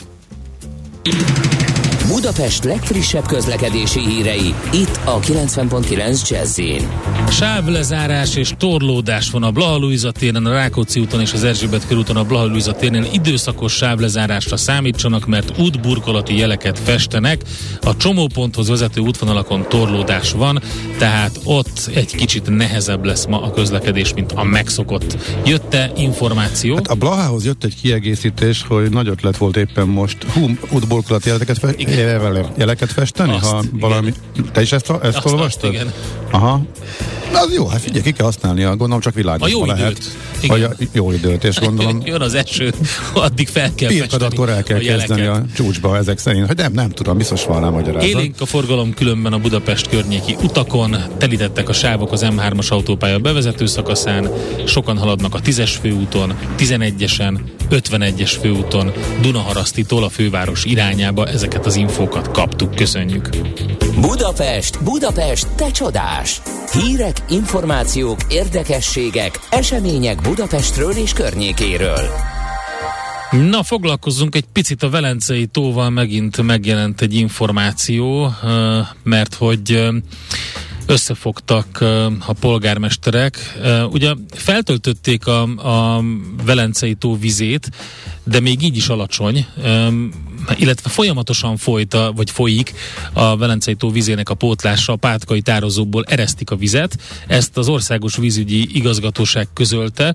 Budapest legfrissebb közlekedési hírei, itt a kilencven pont kilenc Jazz-in. Sávlezárás és torlódás van a Blaha-Lujza téren, a Rákóczi úton és az Erzsébet körúton a Blaha-Lujza térnél. Időszakos sávlezárásra számítsanak, mert útburkolati jeleket festenek. A csomóponthoz vezető útvonalakon torlódás van, tehát ott egy kicsit nehezebb lesz ma a közlekedés, mint a megszokott. Jött-e információ? Hát a Blahához jött egy kiegészítés, hogy nagy ötlet volt éppen most hú, útburkolati jeleket festeni. jeleket festeni, azt, ha valami... Igen. Te is ezt, ezt azt, olvastad? Azt, igen. Aha. Az jó, hát figyelj, ki kell használni, gondolom csak világos. A jó lehet. időt. Vagy a jó időt, és gondolom... Jön az eső, addig fel kell festeni akkor el kell a kezdeni a csúcsba ezek szerint, hogy nem, nem tudom, biztos van rá magyarázat. Élénk a forgalom különben a Budapest környéki utakon, telítettek a sávok az em hármas autópálya bevezető szakaszán, sokan haladnak a tízes főúton, tizenegyesen, ötvenegyes főúton, Dunaharasztitól a főváros irányába. Ezeket az infókat kaptuk, köszönjük. Budapest, Budapest, te csodás! Hírek, információk, érdekességek, események Budapestről és környékéről. Na, foglalkozzunk egy picit a Velencei tóval, megint megjelent egy információ, mert hogy összefogtak a polgármesterek. Ugye feltöltötték a, a Velencei tó vizét, de még így is alacsony, illetve folyamatosan folyta, vagy folyik a Velencei tó vizének a pótlása, a pátkai tározóból eresztik a vizet. Ezt az Országos Vízügyi Igazgatóság közölte,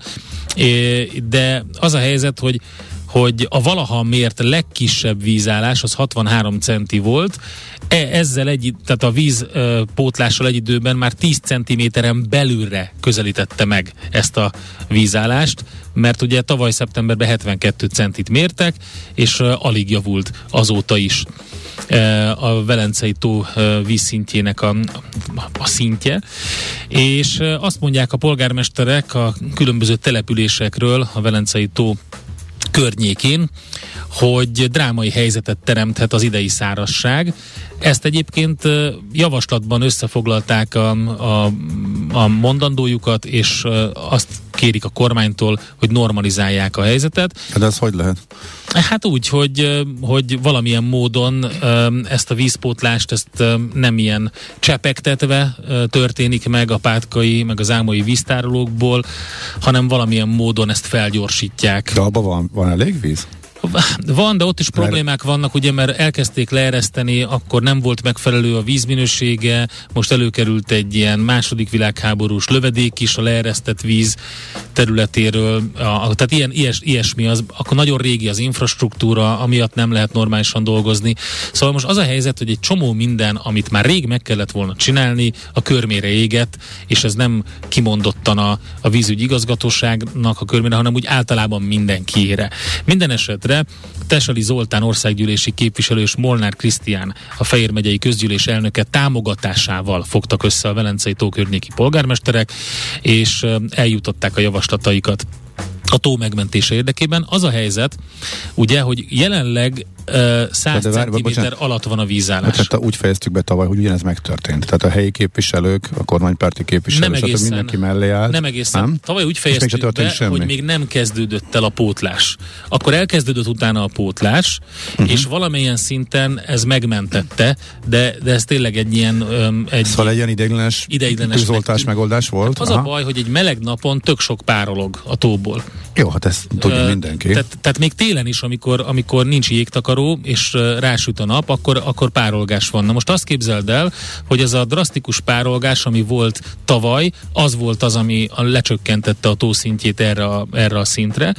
de az a helyzet, hogy hogy a valaha mért legkisebb vízállás az hatvanhárom centi volt, e, ezzel egy, tehát a víz e, pótlással egy időben már tíz centiméteren belülre közelítette meg ezt a vízállást, mert ugye tavaly szeptemberben hetvenkét centit mértek, és e, alig javult azóta is e, a Velencei tó e, vízszintjének a, a szintje, és e, azt mondják a polgármesterek a különböző településekről a Velencei tó környékén, hogy drámai helyzetet teremthet az idei szárazság. Ezt egyébként javaslatban összefoglalták a, a, a mondandójukat, és azt kérik a kormánytól, hogy normalizálják a helyzetet. De ez hogy lehet? Hát úgy, hogy, hogy valamilyen módon ezt a vízpótlást, ezt nem ilyen csepegtetve történik meg a pátkai, meg az ámolyi víztárolókból, hanem valamilyen módon ezt felgyorsítják. De abban van, van elég víz? Van, de ott is problémák vannak, ugye, mert elkezdték leereszteni, akkor nem volt megfelelő a vízminősége, most előkerült egy ilyen második világháborús lövedék is a leeresztett víz területéről, a, tehát ilyen, ilyes, ilyesmi, az, akkor nagyon régi az infrastruktúra, amiatt nem lehet normálisan dolgozni. Szóval most az a helyzet, hogy egy csomó minden, amit már rég meg kellett volna csinálni, a körmére égett, és ez nem kimondottan a, a vízügyi igazgatóságnak a körmére, hanem úgy általában mindenkiére. Minden esetre Tesali Zoltán országgyűlési képviselő és Molnár Krisztián, a Fejér megyei közgyűlés elnöke támogatásával fogtak össze a Velencei tó környéki polgármesterek, és eljutották a javaslataikat a tó megmentése érdekében. Az a helyzet, ugye, hogy jelenleg uh, száz centiméter alatt van a vízállás. Hát, úgy fejeztük be tavaly, hogy ugyanez megtörtént. Tehát a helyi képviselők, a kormánypárti képviselők, nem egészen, mindenki mellé állt. Nem egészen. Nem? Tavaly úgy fejeztük be, semmi. Hogy még nem kezdődött el a pótlás. Akkor elkezdődött utána a pótlás, uh-huh. és valamilyen szinten ez megmentette, de, de ez tényleg egy ilyen... Um, egy szóval egy ilyen ideiglenes, ideiglenes tűzoltás megoldás volt? Hát az Aha. a baj, hogy egy meleg napon tök sok párolog a tóból. Jó, hát ezt tudja uh, mindenki. Tehát, tehát még télen is, amikor, amikor nincs jégtakaró, és uh, rásüt a nap, akkor, akkor párolgás van. Na most azt képzeld el, hogy ez a drasztikus párolgás, ami volt tavaly, az volt az, ami a lecsökkentette a tó szintjét erre a, erre a szintre.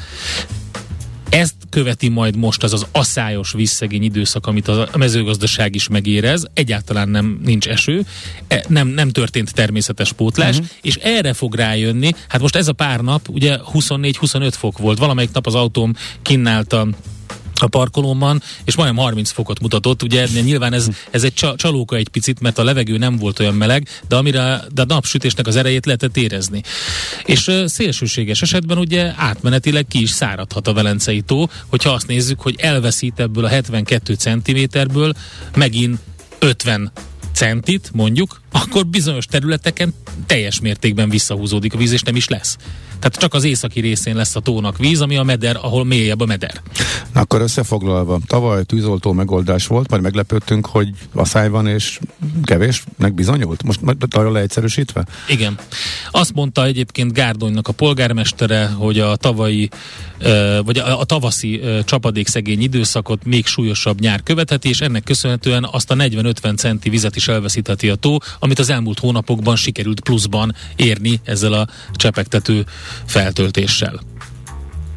Ezt követi majd most az az asszályos vízszegény időszak, amit a mezőgazdaság is megérez, egyáltalán nem nincs eső, e, nem, nem történt természetes pótlás, uh-huh. és erre fog rájönni, hát most ez a pár nap, ugye huszonnégy-huszonöt fok volt, valamelyik nap az autóm kínnált a a parkolóban, és majdnem harminc fokot mutatott, ugye nyilván ez, ez egy csalóka egy picit, mert a levegő nem volt olyan meleg, de amire de a napsütésnek az erejét lehetett érezni. És uh, szélsőséges esetben ugye átmenetileg ki is száradhat a Velencei tó, hogyha azt nézzük, hogy elveszít ebből a hetvenkét centiméterből megint ötven centit, mondjuk, akkor bizonyos területeken teljes mértékben visszahúzódik a víz, és nem is lesz. Tehát csak az északi részén lesz a tónak víz, ami a meder, ahol mélyebb a meder. Na akkor összefoglalva, tavaly tűzoltó megoldás volt, majd meglepődtünk, hogy a száj van és kevésnek bizonyult? Most nagyon leegyszerűsítve? Igen. Azt mondta egyébként Gárdonynak a polgármestere, hogy a tavalyi, vagy a, a tavaszi csapadékszegény időszakot még súlyosabb nyár követheti, és ennek köszönhetően azt a negyven-ötven centi vizet is elveszítheti a tó, amit az elmúlt hónapokban sikerült pluszban érni ezzel a csepegtető feltöltéssel.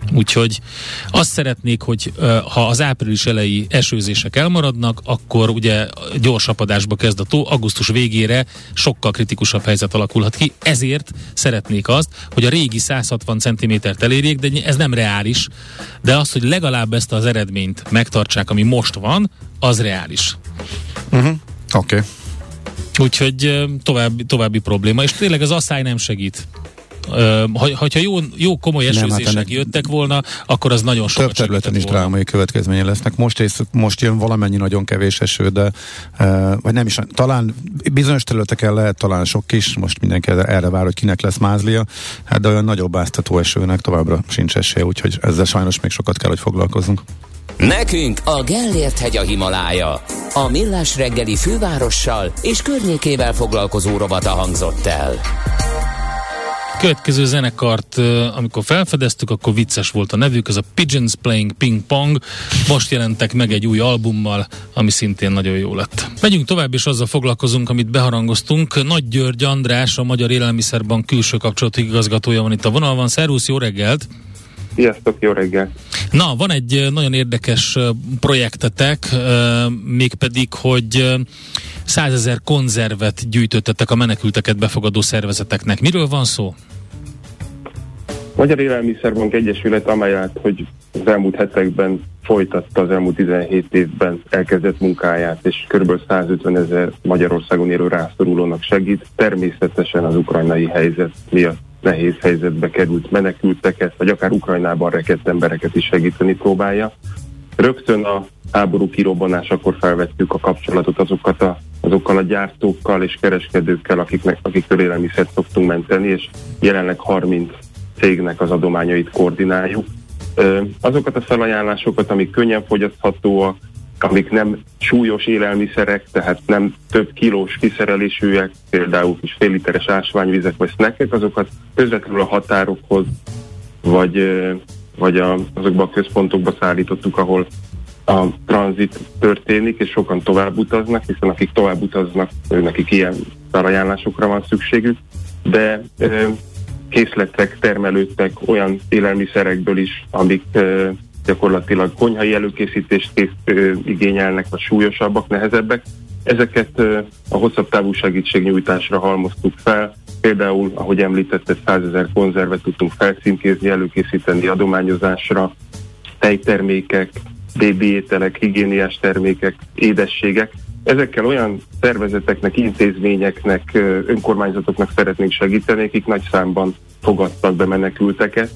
Úgyhogy azt szeretnék, hogy ha az április elejé esőzések elmaradnak, akkor ugye gyors apadásba kezd a tó, augusztus végére sokkal kritikusabb helyzet alakulhat ki, ezért szeretnék azt, hogy a régi száz hatvan centimétert elérjék, de ez nem reális, de az, hogy legalább ezt az eredményt megtartsák, ami most van, az reális. Uh-huh. Oké. Okay. Úgyhogy további, további probléma, és tényleg az asszály nem segít. Uh, ha, hogyha jó, jó komoly esőzések hát jöttek volna, akkor az nagyon sokat több területen is volna. drámai következménye lesznek. Most, ész, most jön valamennyi nagyon kevés eső, de uh, vagy nem is, talán bizonyos területeken lehet talán sok is, most mindenki erre vár, hogy kinek lesz mázlia, hát de olyan nagyobb áztató esőnek továbbra sincs esélye, úgyhogy ezzel sajnos még sokat kell, hogy foglalkozzunk. Nekünk a Gellért hegy a Himalája. A Millás reggeli fővárossal és környékével foglalkozó rovata hangzott el. Következő zenekart, amikor felfedeztük, akkor vicces volt a nevük, ez a Pigeons Playing Ping Pong. Most jelentek meg egy új albummal, ami szintén nagyon jó lett. Megyünk tovább, és azzal foglalkozunk, amit beharangoztunk. Nagy György András, a Magyar Élelmiszerbank külső kapcsolatok igazgatója van itt a vonalban. Szervusz, jó reggelt! Sziasztok, jó reggel! Na, van egy nagyon érdekes projektetek, mégpedig, hogy százezer konzervet gyűjtöttetek a menekülteket befogadó szervezeteknek. Miről van szó? Magyar Élelmiszerbank Egyesület, amelyet, hogy az elmúlt hetekben folytatta, az elmúlt tizenhét évben elkezdett munkáját, és kb. százötven ezer Magyarországon élő rászorulónak segít. Természetesen az ukrajnai helyzet miatt nehéz helyzetbe került menekülteket, vagy akár Ukrajnában rekedt embereket is segíteni próbálja. Rögtön a háború kirobbanásakor felvettük a kapcsolatot azokat a, azokkal a gyártókkal és kereskedőkkel, akiknek, akiktől élelmiszert szoktunk menteni, és jelenleg harminc cégnek az adományait koordináljuk. Ö, azokat a felajánlásokat, amik könnyen fogyaszthatóak, amik nem súlyos élelmiszerek, tehát nem több kilós kiszerelésűek, például kis fél literes ásványvizek vagy snackek, azokat közvetlenül a határokhoz, vagy, vagy a, azokba a központokba szállítottuk, ahol a tranzit történik, és sokan tovább utaznak, hiszen akik tovább utaznak, nekik ilyen felajánlásokra van szükségük, de ö, készletek termelődtek olyan élelmiszerekből is, amik ö, gyakorlatilag konyhai előkészítést kész, ö, igényelnek, vagy súlyosabbak, nehezebbek. Ezeket ö, a hosszabb távú segítségnyújtásra halmoztuk fel. Például, ahogy említetted, százezer konzervet tudtunk felcímkézni, előkészíteni adományozásra, tejtermékek, bébi ételek, higiéniás termékek, édességek. Ezekkel olyan szervezeteknek, intézményeknek, önkormányzatoknak szeretnénk segíteni, akik nagy számban fogadtak be menekülteket.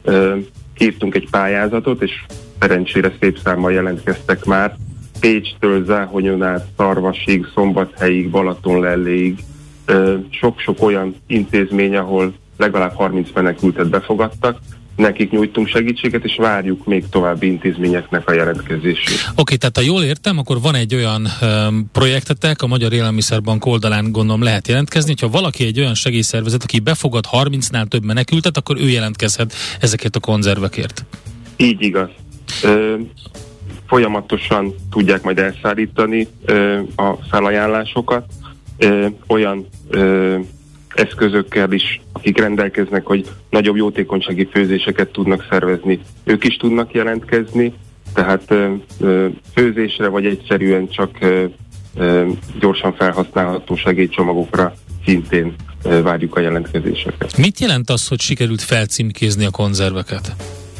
Írtunk egy pályázatot, és szerencsére szép számmal jelentkeztek már. Pécstől Záhonyon át, Szarvasig, Szombathelyig, Balatonlelléig. Sok-sok olyan intézmény, ahol legalább harminc menekültet befogadtak. Nekik nyújtunk segítséget, és várjuk még további intézményeknek a jelentkezését. Oké, okay, tehát ha jól értem, akkor van egy olyan um, projektetek, a Magyar Élelmiszerbank oldalán gondolom lehet jelentkezni, hogyha valaki egy olyan segélyszervezet, aki befogad harmincnál több menekültet, akkor ő jelentkezhet ezekért a konzervekért. Így igaz. Ö, folyamatosan tudják majd elszállítani ö, a felajánlásokat. Ö, olyan ö, eszközökkel is, akik rendelkeznek, hogy nagyobb jótékonysági főzéseket tudnak szervezni. Ők is tudnak jelentkezni, tehát ö, ö, főzésre, vagy egyszerűen csak ö, ö, gyorsan felhasználható segélycsomagokra szintén ö, várjuk a jelentkezéseket. Mit jelent az, hogy sikerült felcímkézni a konzerveket?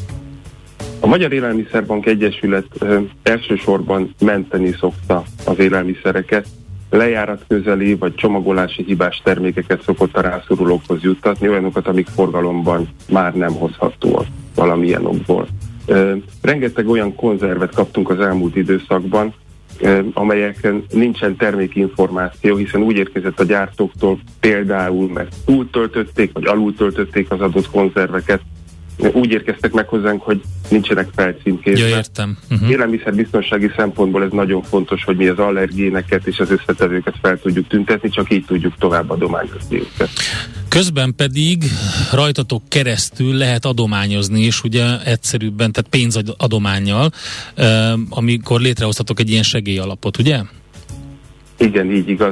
A Magyar Élelmiszerbank Egyesület ö, elsősorban menteni szokta az élelmiszereket, lejárat közeli vagy csomagolási hibás termékeket szokott a rászorulókhoz juttatni, olyanokat, amik forgalomban már nem hozhatóak valamilyen okból. Ö, rengeteg olyan konzervet kaptunk az elmúlt időszakban, ö, amelyeken nincsen termékinformáció, hiszen úgy érkezett a gyártóktól például, mert túltöltötték vagy alultöltötték az adott konzerveket, úgy érkeztek meg hozzánk, hogy nincsenek felcímkézve. Ja, értem. Uh-huh. Élelmiszerbiztonsági szempontból ez nagyon fontos, hogy mi az allergéneket és az összetevőket fel tudjuk tüntetni, csak így tudjuk tovább adományozni őket. Közben pedig rajtatok keresztül lehet adományozni is, ugye egyszerűbben, tehát pénzadománnyal, amikor létrehoztatok egy ilyen segélyalapot, ugye? Igen, így igaz.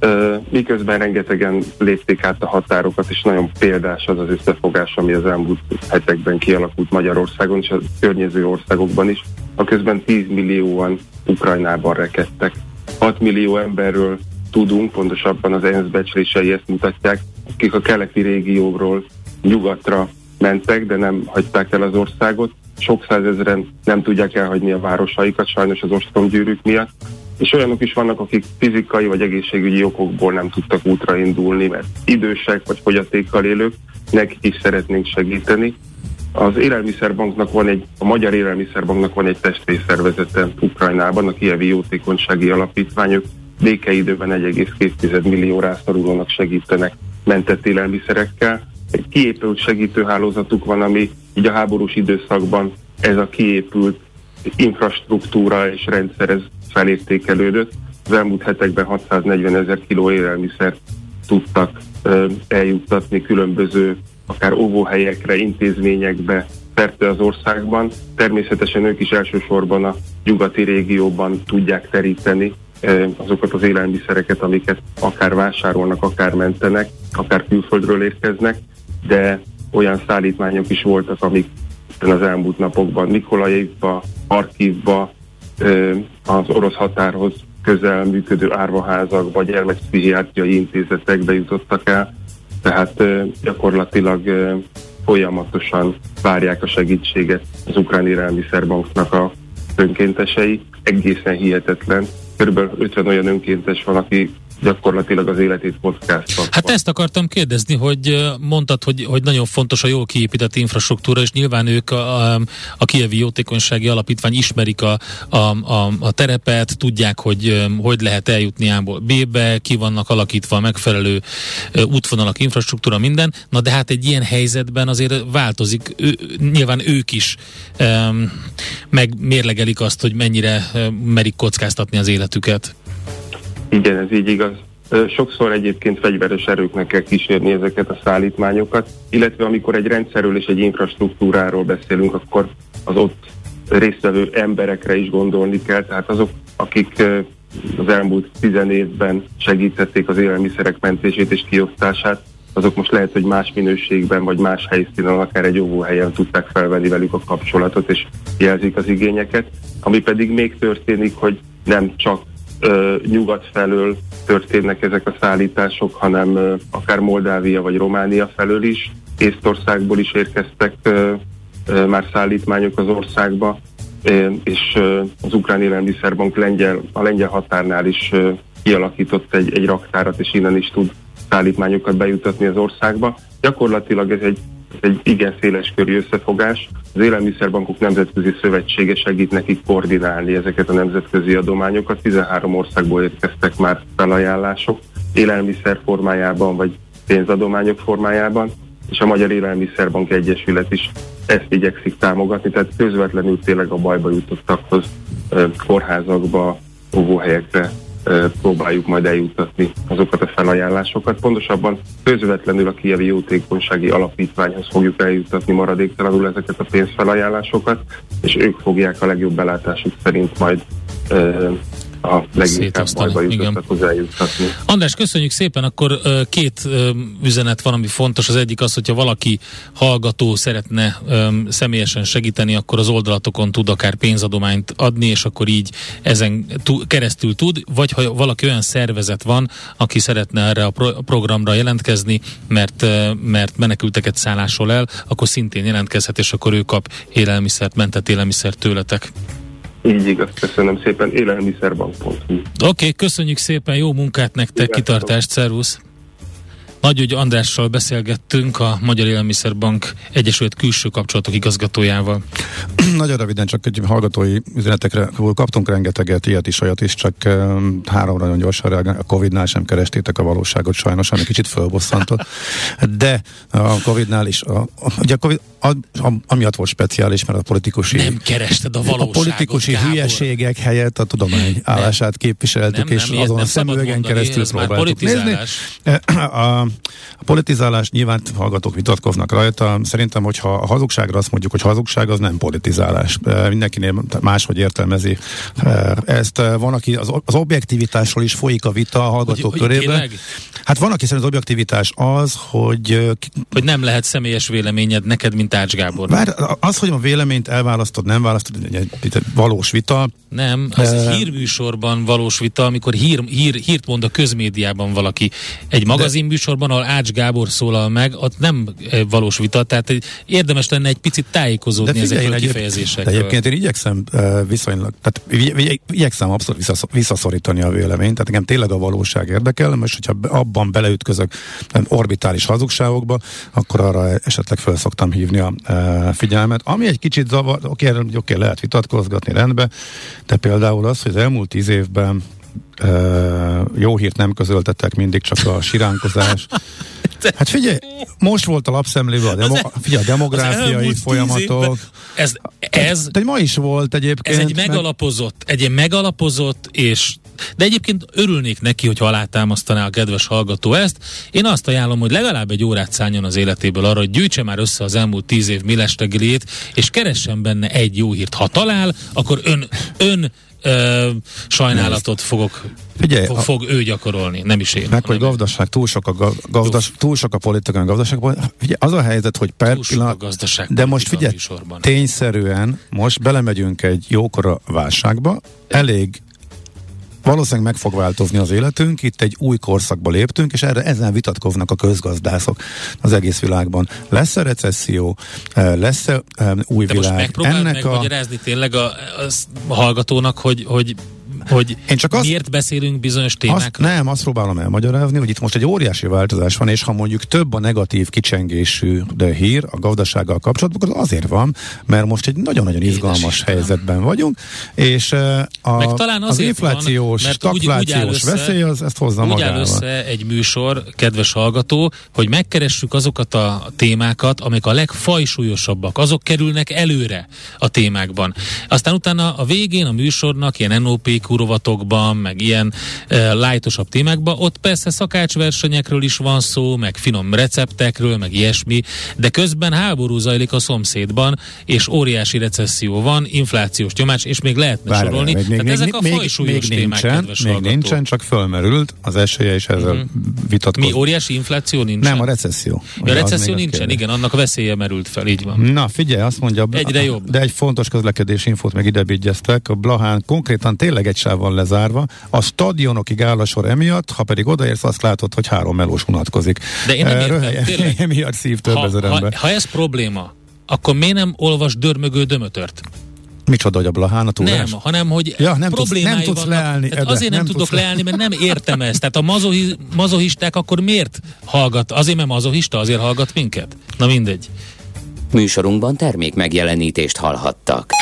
miközben rengetegen lépték át a határokat, és nagyon példás az az összefogás, ami az elmúlt hetekben kialakult Magyarországon és a környező országokban is. A közben tíz millióan Ukrajnában rekedtek. hat millió emberről tudunk, pontosabban az ENSZ becslései ezt mutatják, akik a keleti régióról nyugatra mentek, de nem hagyták el az országot. Sok százezren nem tudják elhagyni a városaikat, sajnos az ostromgyűrűk miatt. És olyanok is vannak, akik fizikai vagy egészségügyi okokból nem tudtak útra indulni, mert idősek vagy fogyatékkal élők, nekik is szeretnénk segíteni. Az Élelmiszerbanknak van egy, a Magyar Élelmiszerbanknak van egy testvérszervezete Ukrajnában, a Kijevi Jótékonysági Alapítványok békeidőben egy egész két millió rászorulónak segítenek mentett élelmiszerekkel. Egy kiépült segítőhálózatuk van, ami így a háborús időszakban ez a kiépült infrastruktúra és rendszer ez felértékelődött. Az elmúlt hetekben hatszáznegyven ezer kiló élelmiszert tudtak ö, eljuttatni különböző akár óvóhelyekre, intézményekbe, szerte az országban. Természetesen ők is elsősorban a nyugati régióban tudják teríteni ö, azokat az élelmiszereket, amiket akár vásárolnak, akár mentenek, akár külföldről érkeznek, de olyan szállítmányok is voltak, amik az elmúlt napokban Mikolajivba, Harkivba, az orosz határhoz közel működő árvaházakba, gyermekpszichiátriai intézetekbe jutottak el, tehát gyakorlatilag folyamatosan várják a segítséget az Ukrán Élelmiszerbanknak a önkéntesei. Egészen hihetetlen. Körülbelül ötven olyan önkéntes van, aki gyakorlatilag az életét kockáztatva. Hát ezt akartam kérdezni, hogy mondtad, hogy, hogy nagyon fontos a jól kiépített infrastruktúra, és nyilván ők a, a, a Kijevi Jótékonysági Alapítvány ismerik a, a, a, a terepet, tudják, hogy hogy lehet eljutni A-ból B-be, ki vannak alakítva a megfelelő útvonalak, infrastruktúra, minden. Na de hát egy ilyen helyzetben azért változik, ő, nyilván ők is um, megmérlegelik azt, hogy mennyire merik kockáztatni az életüket. Igen, ez így igaz. Sokszor egyébként fegyveres erőknek kell kísérni ezeket a szállítmányokat, illetve amikor egy rendszerről és egy infrastruktúráról beszélünk, akkor az ott résztvevő emberekre is gondolni kell, tehát azok, akik az elmúlt tizen évben segítették az élelmiszerek mentését és kiosztását, azok most lehet, hogy más minőségben vagy más helyszínen, akár egy óvóhelyen tudták felvenni velük a kapcsolatot és jelzik az igényeket, ami pedig még történik, hogy nem csak Uh, nyugat felől történnek ezek a szállítások, hanem uh, akár Moldávia vagy Románia felől is. Észtországból is érkeztek uh, uh, már szállítmányok az országba, uh, és uh, az Ukrán Élelmiszerbank lengyel, a lengyel határnál is uh, kialakított egy, egy raktárat, és innen is tud szállítmányokat bejutatni az országba. Gyakorlatilag ez egy, egy igen széleskörű összefogás. Az Élelmiszerbankok Nemzetközi Szövetsége segít nekik koordinálni ezeket a nemzetközi adományokat. tizenhárom országból érkeztek már felajánlások, élelmiszer formájában vagy pénzadományok formájában, és a Magyar Élelmiszerbank Egyesület is ezt igyekszik támogatni, tehát közvetlenül tényleg a bajba jutottakhoz, kórházakba, óvóhelyekre próbáljuk majd eljuttatni azokat a felajánlásokat. Pontosabban közvetlenül a Kijevi Jótékonysági Alapítványhoz fogjuk eljuttatni maradéktalanul ezeket a pénzfelajánlásokat, és ők fogják a legjobb belátásuk szerint majd a leginkább bajba jutottakhoz eljuttatni. András, köszönjük szépen, akkor uh, két uh, üzenet van, ami fontos. Az egyik az, hogyha valaki hallgató szeretne um, személyesen segíteni, akkor az oldalatokon tud akár pénzadományt adni, és akkor így ezen t- keresztül tud, vagy ha valaki olyan szervezet van, aki szeretne erre a pro- programra jelentkezni, mert, uh, mert menekülteket szállásol el, akkor szintén jelentkezhet, és akkor ő kap élelmiszert, mentett élelmiszert tőletek. Így igaz, köszönöm szépen, élelmiszerbank pont hu. Oké, okay, köszönjük szépen, jó munkát nektek, igen, kitartást, szervusz! Nagyügy Andrással beszélgettünk, a Magyar Élelmiszerbank Egyesület külső kapcsolatok igazgatójával. Nagyon röviden, csak egy hallgatói üzenetekre kaptunk rengeteget, ilyet is, olyat is, csak um, háromra nagyon gyorsan reagálni. A Covidnál sem kerestétek a valóságot sajnos, ami kicsit fölbosszantott. De a Covidnál is, a, a, ugye a Covid a, a, amiatt volt speciális, mert a politikusi... Nem kerested a valóságot, A politikusi Gábor. hülyeségek helyett a tudomány állását képviseltük, nem, és nem, azon a szemüvegen keresztül próbáltuk nézni. A, a politizálás, nyilván hallgatók vitatkoznak rajta. Szerintem, hogyha a hazugságra azt mondjuk, hogy hazugság, az nem politizálás. Mindenkinél máshogy értelmezi ezt. Van, aki az, az objektivitásról is folyik a vita a hallgatók hogy, körében. Hogy hát van, aki szerint az objektivitás az, hogy... Hogy nem lehet személyes véleményed neked, mint Ács Gábor. Bár az, hogy a véleményt elválasztod, nem választod, egy, egy valós vita. Nem, az uh, hírműsorban valós vita, amikor hír, hír, hírt mond a közmédiában valaki. Egy magazinműsorban, ahol Ács Gábor szólal meg, ott nem valós vita, tehát egy, érdemes lenne egy picit tájékozódni ezekről a kifejezésekről. De egyébként én igyekszem uh, viszonylag, tehát igyekszem abszolút vissza, visszaszorítani a véleményt, tehát nekem tényleg a valóság érdekel, most hogyha abban beleütközök orbitális hazugságokba, akkor arra esetleg fel szoktam hívni a uh, figyelmet. Ami egy kicsit zavar, oké, okay, okay, lehet vitatkozgatni rendben, de például az, hogy az elmúlt tíz évben uh, jó hírt nem közöltettek, mindig csak a siránkozás. Hát figyelj, most volt a lapszemlébe a, demo- figyelj, a demográfiai folyamatok. Ez, ez, de ma is volt egyébként. Ez egy megalapozott, egy megalapozott és de egyébként örülnék neki, hogy alátámasztaná a kedves hallgató ezt. Én azt ajánlom, hogy legalább egy órát szálljon az életéből arra, hogy gyűjtse már össze az elmúlt tíz év Millás reggeliét, és keressen benne egy jó hírt. Ha talál, akkor ön, ön ö, sajnálatot fogok, Figyelj, fog, a, fog ő gyakorolni, nem is én. Meg, hogy gazdaság, túl sok a, gazdas, túl sok a politikai gazdaságban. Figyelj, az a helyzet, hogy per pillanat, de most figyelj, tényszerűen most belemegyünk egy jókora válságba, elég valószínűleg meg fog változni az életünk, itt egy új korszakba léptünk, és erre ezen vitatkoznak a közgazdászok az egész világban. Lesz-e recesszió, lesz-e új de világ? Most megpróbáld Ennek megmagyarázni a... tényleg a, a hallgatónak, hogy, hogy hogy Én csak miért azt, beszélünk bizonyos témákról? Azt, nem, azt próbálom elmagyarázni, hogy itt most egy óriási változás van, és ha mondjuk több a negatív kicsengésű de hír a gazdasággal kapcsolatban, az azért van, mert most egy nagyon-nagyon izgalmas Édes helyzetben nem. vagyunk, és a, az inflációs, van, stagflációs veszély az ezt hozza úgy magával. Úgy áll össze egy műsor, kedves hallgató, hogy megkeressük azokat a témákat, amik a legfajsúlyosabbak, azok kerülnek előre a témákban. Aztán utána a végén a műsornak ilyen en o pé rovatokban, meg ilyen e, lájtosabb témákban, ott persze szakácsversenyekről is van szó, meg finom receptekről, meg ilyesmi, de közben háború zajlik a szomszédban, és óriási recesszió van, inflációs nyomás, és még lehetne Várj, sorolni. Még, Tehát még, ezek még, a fajsúlyos még témák, nincsen, kedves még hallgató. nincsen, csak fölmerült az esélye, és ezzel uh-huh. vitatkozik. Mi, óriási infláció nincsen? Nem, a recesszió. A recesszió nincsen, igen, annak a veszélye merült fel, így van. Na, figyelj, azt mondja, egyre jobb. De egy fontos közlekedési infót meg ide bigyeztek, a Blahán konkrétan tényleg egy sáv van lezárva, a stadionokig áll a sor emiatt, ha pedig odaérsz, azt látod, hogy három melós unatkozik. De én nem értem, tényleg. Emiatt szív több ezer ember. Ha, ha ez probléma, akkor miért nem olvas dörmögő dömötört? Micsoda, hogy a Blahán a túlás? Nem, hanem, hogy ja, nem problémái tudsz, nem tudsz vannak. leállni. Ede, azért nem, nem tudok leállni, mert nem értem ezt. Tehát a mazohi, mazohisták akkor miért hallgat? Azért, mert mazohista, azért hallgat minket? Na mindegy. Műsorunkban termék megjelenítést hallhattak.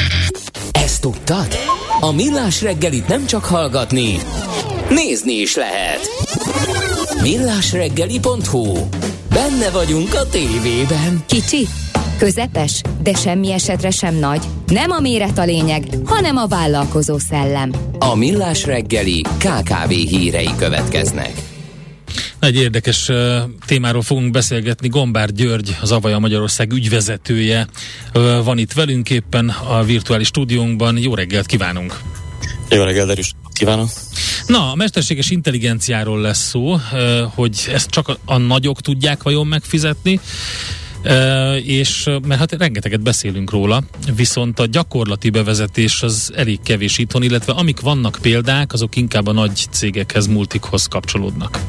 Ezt tudtad? A Millás reggelit nem csak hallgatni, nézni is lehet. millásreggeli pont hu. Benne vagyunk a tévében. Kicsi, közepes, de semmi esetre sem nagy. Nem a méret a lényeg, hanem a vállalkozó szellem. A Millás reggeli ká ká vé hírei következnek. Egy érdekes uh, témáról fogunk beszélgetni. Gombár György, az Avaja Magyarország ügyvezetője uh, van itt velünk éppen a virtuális stúdiónkban. Jó reggelt kívánunk! Jó reggelt, erős kívánok! Na, a mesterséges intelligenciáról lesz szó, uh, hogy ezt csak a, a nagyok tudják vajon megfizetni, Uh, és mert hát rengeteget beszélünk róla, viszont a gyakorlati bevezetés az elég kevés itthon, illetve amik vannak példák, azok inkább a nagy cégekhez, multikhoz kapcsolódnak.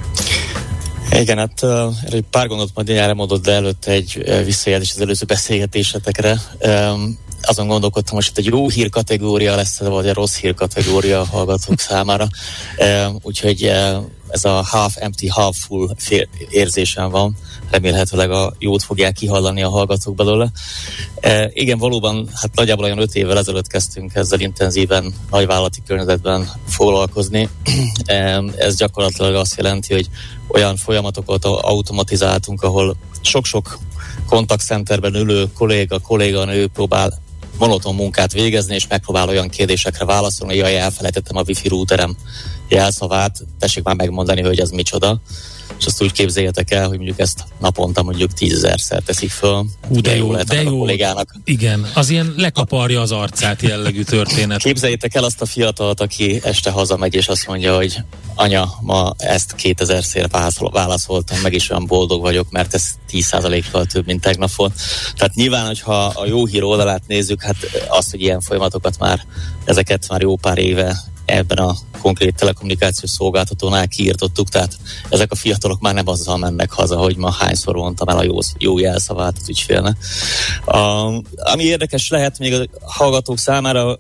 Igen, hát uh, egy pár gondot majd én elmondott, de előtte egy uh, visszajelzés az előző beszélgetésetekre. Um, azon gondolkodtam, most itt egy jó hír kategória lesz, vagy egy rossz hír kategória a hallgatók számára. Um, úgyhogy uh, ez a half empty, half full fél érzésem van. Remélhetőleg a jót fogják kihallani a hallgatók belőle. E, igen, valóban, hát nagyjából olyan öt évvel ezelőtt kezdtünk ezzel intenzíven nagyvállalati környezetben foglalkozni. E, ez gyakorlatilag azt jelenti, hogy olyan folyamatokat automatizáltunk, ahol sok-sok kontaktcenterben ülő kolléga, kolléganő próbál monoton munkát végezni, és megpróbál olyan kérdésekre válaszolni, hogy jaj, elfelejtettem a wifi routerem jelszavát, tessék már megmondani, hogy ez micsoda. és azt úgy képzeljétek el, hogy mondjuk ezt naponta mondjuk tízezerszer teszik föl. Hú, de jó, de jó. Kollégának. Igen, az ilyen lekaparja az arcát jellegű történet. Képzeljétek el azt a fiatalt, aki este hazamegy, és azt mondja, hogy anya, ma ezt kétezerszer válaszoltam, meg is olyan boldog vagyok, mert ez tíz százalékkal több, mint tegnap volt. Tehát nyilván, hogyha a jó hír oldalát nézzük, hát azt, hogy ilyen folyamatokat már, ezeket már jó pár éve ebben a konkrét telekommunikációs szolgáltatónál kiírtottuk, tehát ezek a fiatalok már nem azzal mennek haza, hogy ma hányszor mondtam el a jó, jó jelszavát az ügyfélnek. A, ami érdekes lehet még a hallgatók számára,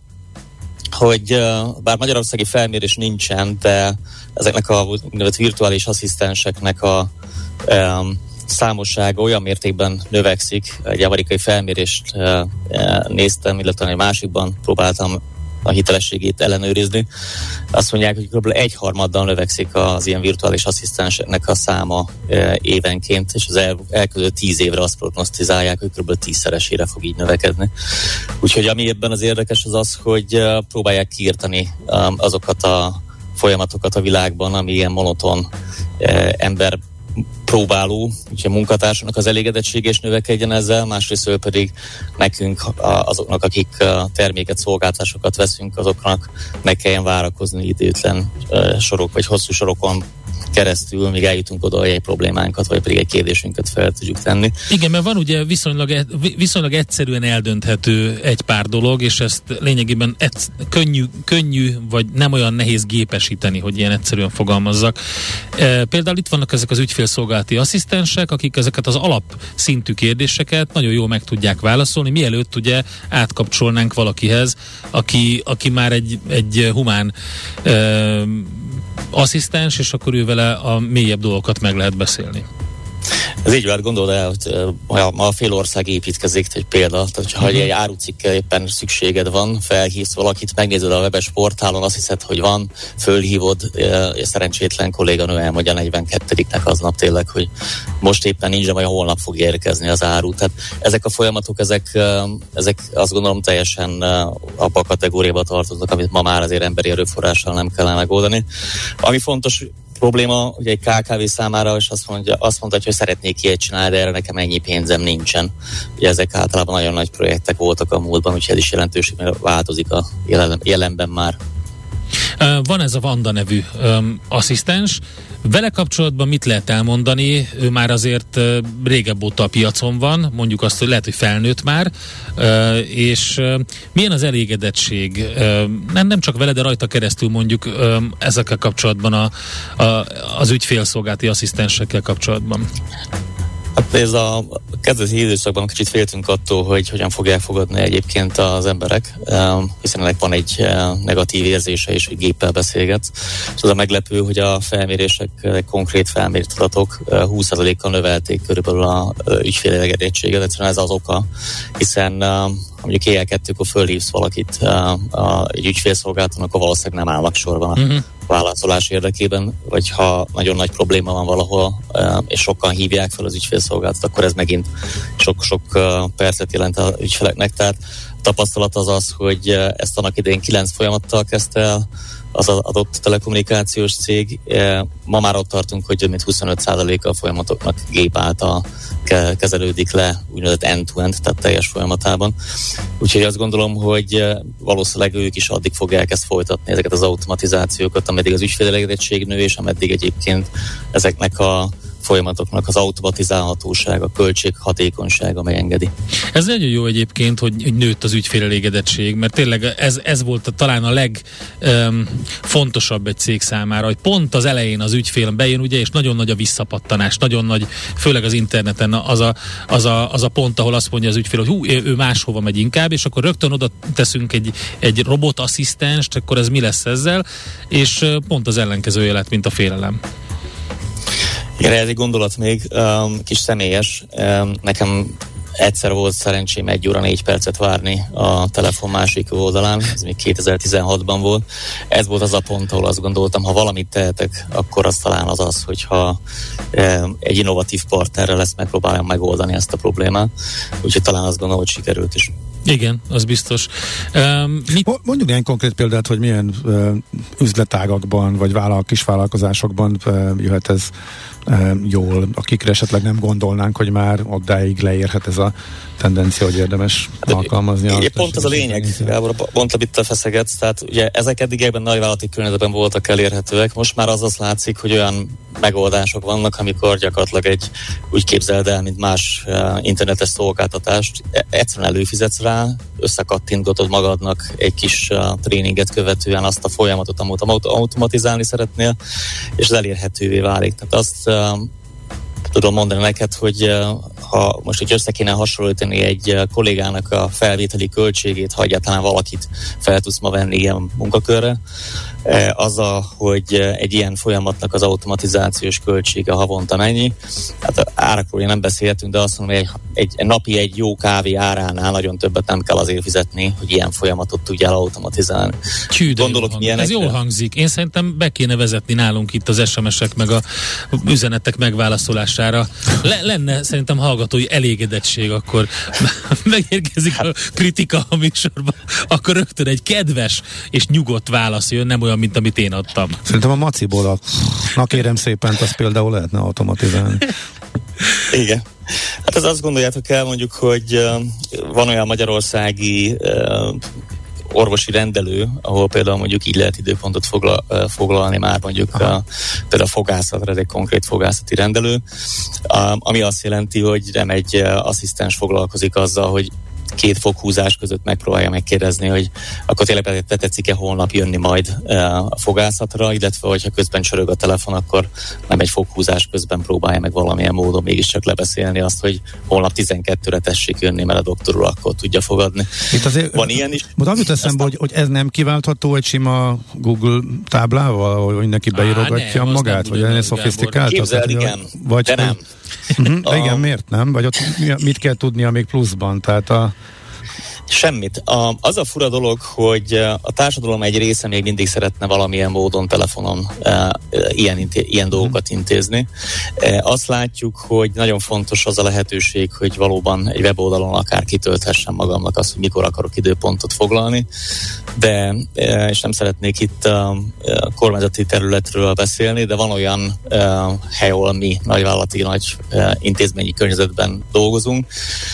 hogy uh, bár magyarországi felmérés nincsen, de ezeknek a virtuális asszisztenseknek a um, számossága olyan mértékben növekszik. Egy amerikai felmérést uh, uh, néztem, illetve egy másikban próbáltam a hitelességét ellenőrizni. Azt mondják, hogy kb. egyharmaddal növekszik az ilyen virtuális asszisztenseknek a száma e, évenként, és az el, elkövetkező tíz évre azt prognosztizálják, hogy kb. tízszeresére fog így növekedni. Úgyhogy ami ebben az érdekes az az, hogy e, próbálják kiírtani e, azokat a folyamatokat a világban, ami ilyen monoton e, ember próbáló, úgyhogy a munkatársaknak az elégedettsége is növekedjen ezzel, másrészt pedig nekünk, azoknak, akik terméket, szolgáltásokat veszünk, azoknak meg kelljen várakozni időtlen sorok, vagy hosszú sorokon keresztül, míg eljutunk oda, hogy egy problémánkat, vagy pedig egy kérdésünket fel tudjuk tenni. Igen, mert van ugye viszonylag, viszonylag egyszerűen eldönthető egy pár dolog, és ezt lényegében egy, könnyű, könnyű, vagy nem olyan nehéz gépesíteni, hogy ilyen egyszerűen fogalmazzak. E, például itt vannak ezek az ügyfélszolgálati asszisztensek, akik ezeket az alapszintű kérdéseket nagyon jól meg tudják válaszolni, mielőtt ugye átkapcsolnánk valakihez, aki, aki már egy, egy humán e, asszisztens, és akkor ő vele a mélyebb dolgokat meg lehet beszélni. Ez így vált, gondolod el, hogy ma a fél ország építkezik, egy példa, tehát ha uh-huh. egy árucikkkel éppen szükséged van, felhívsz valakit, megnézed a webes portálon, azt hiszed, hogy van, fölhívod, és szerencsétlen kolléganő elmondja negyvenkettediknek aznap tényleg, hogy most éppen nincs, vagy holnap fog érkezni az áru. Tehát ezek a folyamatok, ezek, ezek azt gondolom teljesen abba a kategóriába tartoznak, amit ma már azért emberi erőforrással nem kellene megoldani. Ami fontos probléma, hogy egy ká ká vé számára, és azt mondja, azt mondta, hogy szeretnék ilyet csinálni, de erre nekem ennyi pénzem nincsen. Ugye ezek általában nagyon nagy projektek voltak a múltban, úgyhogy ez is jelentős, mert változik a jelen, jelenben már. Van ez a Vanda nevű um, asszisztens. Vele kapcsolatban mit lehet elmondani? Ő már azért uh, régebb óta a piacon van, mondjuk azt, hogy lehet, hogy felnőtt már, uh, és uh, milyen az elégedettség? Uh, nem, nem csak vele, de rajta keresztül mondjuk uh, ezekkel kapcsolatban a, a, az ügyfélszolgálati asszisztensekkel kapcsolatban. Hát ez a kezdeti időszakban kicsit féltünk attól, hogy hogyan fogják fogadni egyébként az emberek, hiszen ennek van egy negatív érzése is, hogy géppel beszélgetsz. És az a meglepő, hogy a felmérések, konkrét felmért adatok húsz százalékkal növelték körülbelül a ügyfél elégedettséget, egyszerűen ez az oka, hiszen mondjuk éjjel kettőkor fölhívsz valakit a, egy ügyfélszolgáltatónak, akkor valószínűleg nem állnak sorban a uh-huh. válaszolás érdekében, vagy ha nagyon nagy probléma van valahol, és sokan hívják fel az ügyfélszolgáltatót, akkor ez megint sok-sok percet jelent az ügyfeleknek. Tehát a tapasztalat az az, hogy ezt annak idején kilenc folyamattal kezdte el az adott telekommunikációs cég. Ma már ott tartunk, hogy több mint huszonöt százaléka a folyamatoknak gép által kezelődik le, úgynevezett end-to-end, tehát teljes folyamatában. Úgyhogy azt gondolom, hogy valószínűleg ők is addig fogják ezt folytatni, ezeket az automatizációkat, ameddig az ügyfélelegedettség nő, és ameddig egyébként ezeknek a folyamatoknak az automatizálhatóság, a költséghatékonysága megengedi. Ez nagyon jó egyébként, hogy, hogy nőtt az ügyfélelégedettség, mert tényleg ez, ez volt a, talán a legfontosabb um, egy cég számára, hogy pont az elején az ügyfél bejön, ugye, és nagyon nagy a visszapattanás, nagyon nagy, főleg az interneten az a, az a, az a pont, ahol azt mondja az ügyfél, hogy hú, ő máshova megy inkább, és akkor rögtön oda teszünk egy, egy robotasszisztenst, akkor ez mi lesz ezzel, és pont az ellenkezője lett, mint a félelem. Igen, ez egy gondolat még, um, kis személyes. Um, nekem egyszer volt szerencsém egy óra négy percet várni a telefon másik oldalán, ez még kétezer-tizenhatban volt. Ez volt az a pont, ahol azt gondoltam, ha valamit tehetek, akkor az talán az az, hogyha um, egy innovatív partnerrel ezt megpróbáljam megoldani ezt a problémát. Úgyhogy talán azt gondolom, hogy sikerült is. Igen, az biztos. Um, mit... Mondjuk ilyen konkrét példát, hogy milyen uh, üzletágakban, vagy vállal, kisvállalkozásokban uh, jöhet ez e, jól, akikre esetleg nem gondolnánk, hogy már odáig leérhet ez a tendencia, hogy érdemes de alkalmazni. Ugye pont az a lényeg, Gábor, pont amit te feszegetsz, tehát ugye ezek eddig nagyvállalati környezetben voltak elérhetőek, most már az azt látszik, hogy olyan megoldások vannak, amikor gyakorlatilag egy úgy képzeld el, mint más uh, internetes szolgáltatást, egyszerűen előfizetsz rá, összekattintgatod magadnak egy kis uh, tréninget követően azt a folyamatot, amit automatizálni szeretnél, és az elérhetővé válik. Tehát azt uh, tudom mondani neked, hogy ha most így össze kéne hasonlítani egy kollégának a felvételi költségét, ha egyáltalán valakit fel tudsz ma venni ilyen munkakörre, az a, hogy egy ilyen folyamatnak az automatizációs költsége havonta mennyi. Hát árakról nem beszélhetünk, de azt mondom, hogy egy, egy napi egy jó kávé áránál nagyon többet nem kell azért fizetni, hogy ilyen folyamatot tudjál automatizálni. Csű, Gondolok, jól hang... Ez jól hangzik. Én szerintem be kéne vezetni nálunk itt az es em es-ek meg a üzenetek megválaszolására. Le, lenne szerintem hallgatói elégedettség, akkor megérkezik a kritika a műsorban, akkor rögtön egy kedves és nyugodt válasz jön, nem olyan, mint amit én adtam. Szerintem a maciból a na kérem szépen, azt például lehetne automatizálni. Igen. Hát ez azt gondoljátok el mondjuk, hogy uh, van olyan magyarországi uh, orvosi rendelő, ahol például mondjuk így lehet időpontot fogla, uh, foglalni már mondjuk uh, például fogászatra, ez egy konkrét fogászati rendelő, uh, ami azt jelenti, hogy nem egy uh, asszisztens foglalkozik azzal, hogy két foghúzás között megpróbálja megkérdezni, hogy akkor tényleg te tetszik-e holnap jönni majd uh, a fogászatra, illetve hogyha közben csörög a telefon, akkor nem egy foghúzás közben próbálja meg valamilyen módon mégiscsak lebeszélni azt, hogy holnap tizenkettőre tessék jönni, mert a doktor úr akkor tudja fogadni. Itt azért, van ilyen is. Most amit eszembe, hogy, hogy ez nem kiváltható egy sima Google táblával, hogy neki beírogatja Á, magát, vagy ennél szofisztikált? Képzeld, igen, vagy de nem. Uh-huh, de igen, miért nem? Vagy ott mit kell tudnia még pluszban? Tehát a... Semmit. A, az a fura dolog, hogy a társadalom egy része még mindig szeretne valamilyen módon telefonon uh, ilyen, inté- ilyen dolgokat intézni. Uh, azt látjuk, hogy nagyon fontos az a lehetőség, hogy valóban egy weboldalon akár kitölthessen magamnak azt, hogy mikor akarok időpontot foglalni, de, uh, és nem szeretnék itt a uh, uh, kormányzati területről beszélni, de van olyan uh, hely, ahol mi nagyvállalati nagy uh, intézményi környezetben dolgozunk,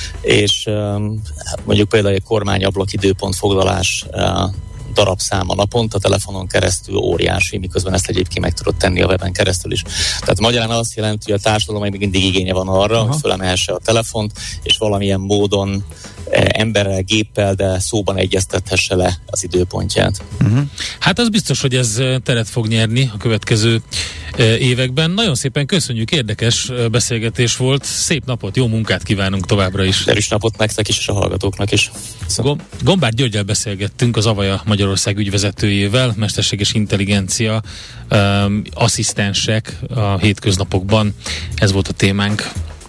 és um, mondjuk például kormányablak időpont foglalás uh, darabszáma naponta telefonon keresztül óriási, miközben ezt egyébként meg tudod tenni a weben keresztül is. Tehát magyarán azt jelenti, hogy a társadalom még mindig igénye van arra, Aha. hogy fölemelhesse a telefont, és valamilyen módon eh, emberrel, géppel, de szóban egyeztethesse le az időpontját. Uh-huh. Hát az biztos, hogy ez teret fog nyerni a következő eh, években. Nagyon szépen köszönjük, érdekes beszélgetés volt. Szép napot, jó munkát kívánunk továbbra is. Erős napot nektek is, és a hallgatóknak is. Gom- Gombár Györggyel beszélgettünk, az Avaja Magyarország ügyvezetőjével, mesterséges intelligencia, um, asszisztensek a hétköznapokban. Ez volt a témánk.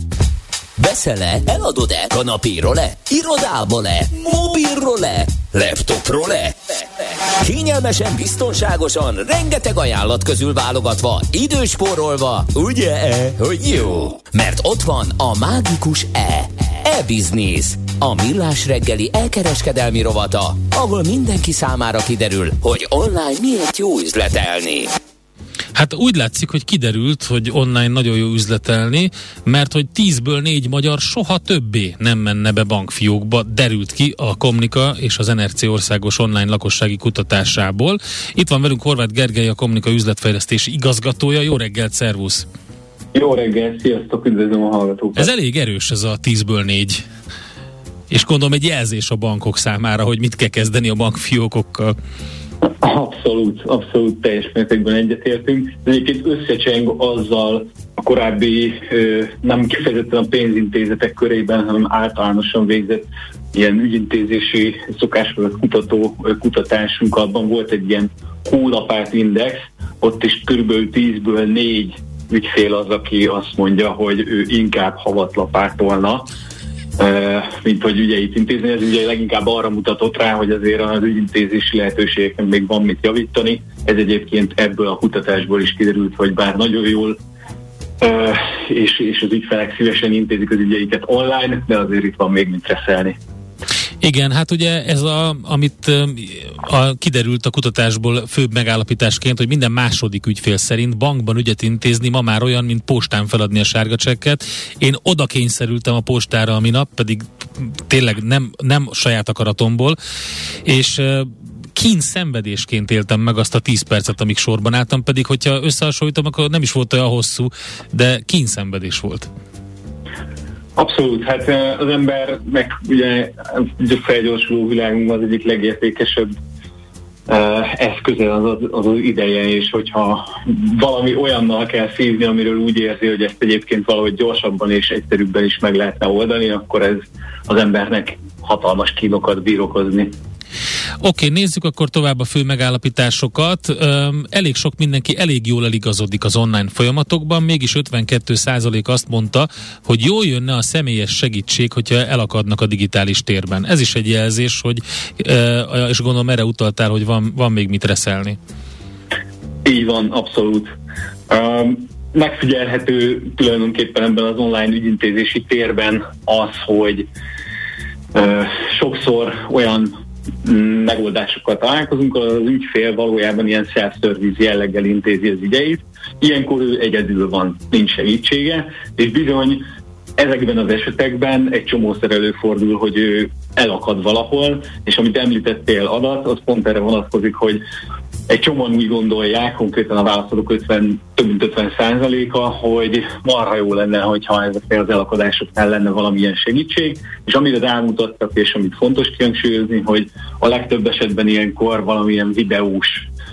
Veszel-e? Eladod-e? Kanapéról-e? Irodából-e? Mobilról-e? Laptopról-e? Kényelmesen, biztonságosan, rengeteg ajánlat közül válogatva, időspórolva, ugye-e, hogy jó? Mert ott van a mágikus E. E-Business, a millás reggeli elkereskedelmi rovata, ahol mindenki számára kiderül, hogy online miért jó üzletelni. Hát úgy látszik, hogy kiderült, hogy online nagyon jó üzletelni, mert hogy tízből négy magyar soha többé nem menne be bankfiókba, derült ki a Komnika és az en er cé országos online lakossági kutatásából. Itt van velünk Horváth Gergely, a Komnika üzletfejlesztési igazgatója. Jó reggelt, szervusz! Jó reggelt, sziasztok, üdvözlöm a hallgatókat! Ez elég erős, ez a tízből négy. És gondolom egy jelzés a bankok számára, hogy mit kell kezdeni a bankfiókokkal. Abszolút, abszolút teljes mértékben egyetértünk. De egyébként összecseng azzal a korábbi nem kifejezetten a pénzintézetek körében, hanem általánosan végzett ilyen ügyintézési szokásról kutató kutatásunk. Abban volt egy ilyen hónapárt index, ott is körülbelül tízből négy ügyfél az, aki azt mondja, hogy ő inkább havatlapátolna, mint hogy ügyeit intézni. Ez ugye leginkább arra mutatott rá, hogy azért az ügyintézési lehetőségeken még van mit javítani. Ez egyébként ebből a kutatásból is kiderült, hogy bár nagyon jól és, és az ügyfelek szívesen intézik az ügyeiket online, de azért itt van még mit reszelni. Igen, hát ugye ez a, amit a, kiderült a kutatásból főbb megállapításként, hogy minden második ügyfél szerint bankban ügyet intézni ma már olyan, mint postán feladni a sárga csekket. Én oda kényszerültem a postára a minap, pedig tényleg nem, nem saját akaratomból, és kínszenvedésként éltem meg azt a tíz percet, amíg sorban álltam, pedig hogyha összehasonlítom, akkor nem is volt olyan hosszú, de kínszenvedés volt. Abszolút, hát az embernek ugye a felgyorsuló világunkban az egyik legértékesebb uh, eszköze az, az az ideje, és hogyha valami olyannal kell szívni, amiről úgy érzi, hogy ezt egyébként valahogy gyorsabban és egyszerűbben is meg lehetne oldani, akkor ez az embernek hatalmas kínokat bír okozni. Oké, okay, nézzük akkor tovább a fő megállapításokat. Üm, elég sok mindenki elég jól eligazodik az online folyamatokban, mégis ötvenkettő százalék azt mondta, hogy jól jönne a személyes segítség, hogyha elakadnak a digitális térben. Ez is egy jelzés, hogy, uh, és gondolom erre utaltál, hogy van, van még mit reszelni. Így van, abszolút. Um, megfigyelhető tulajdonképpen ebben az online ügyintézési térben az, hogy uh, sokszor olyan megoldásokkal találkozunk, az ügyfél valójában ilyen self-service jelleggel intézi az ügyeit. Ilyenkor ő egyedül van, nincs segítsége, és bizony ezekben az esetekben egy csomószor előfordul, hogy ő elakad valahol, és amit említettél adat, az pont erre vonatkozik, hogy egy csomóan úgy gondolják, konkrétan a válaszolók ötven, több mint ötven százaléka, hogy marha jó lenne, hogyha ezeknél az elakadásoknál lenne valamilyen segítség, és amire rámutattak, és amit fontos kihangsúlyozni, hogy a legtöbb esetben ilyenkor valamilyen videós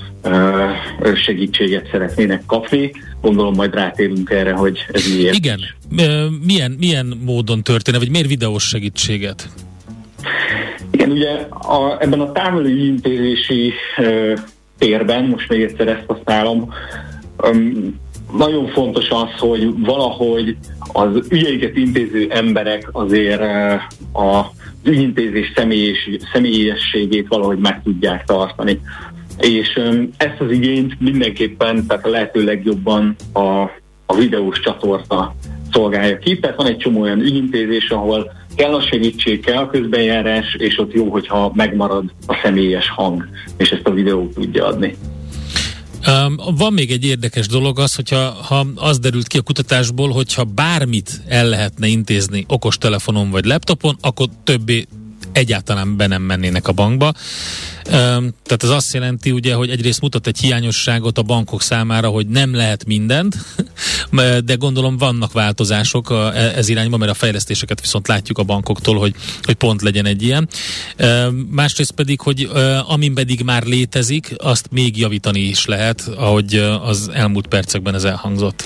uh, segítséget szeretnének kapni. Gondolom majd rátérünk erre, hogy ez miért. Igen. Milyen, milyen módon történne, vagy miért videós segítséget? Igen, ugye a, ebben a távoli intézési uh, térben, most még egyszer ezt használom, um, nagyon fontos az, hogy valahogy az ügyeiket intéző emberek azért uh, az ügyintézés személyes, személyességét valahogy meg tudják tartani. És um, ezt az igényt mindenképpen, tehát a lehető legjobban a, a videós csatorna szolgálja ki. Tehát van egy csomó olyan ügyintézés, ahol kell a segítség, kell a közbenjárás, és ott jó, hogyha megmarad a személyes hang, és ezt a videót tudja adni. Um, van még egy érdekes dolog az, hogyha ha az derült ki a kutatásból, hogyha bármit el lehetne intézni okostelefonon vagy laptopon, akkor többé egyáltalán be nem mennének a bankba. Um, tehát ez azt jelenti ugye, hogy egyrészt mutat egy hiányosságot a bankok számára, hogy nem lehet mindent, de gondolom vannak változások ez irányban, mert a fejlesztéseket viszont látjuk a bankoktól, hogy, hogy pont legyen egy ilyen. Um, másrészt pedig, hogy uh, amin pedig már létezik, azt még javítani is lehet, ahogy az elmúlt percekben ez elhangzott.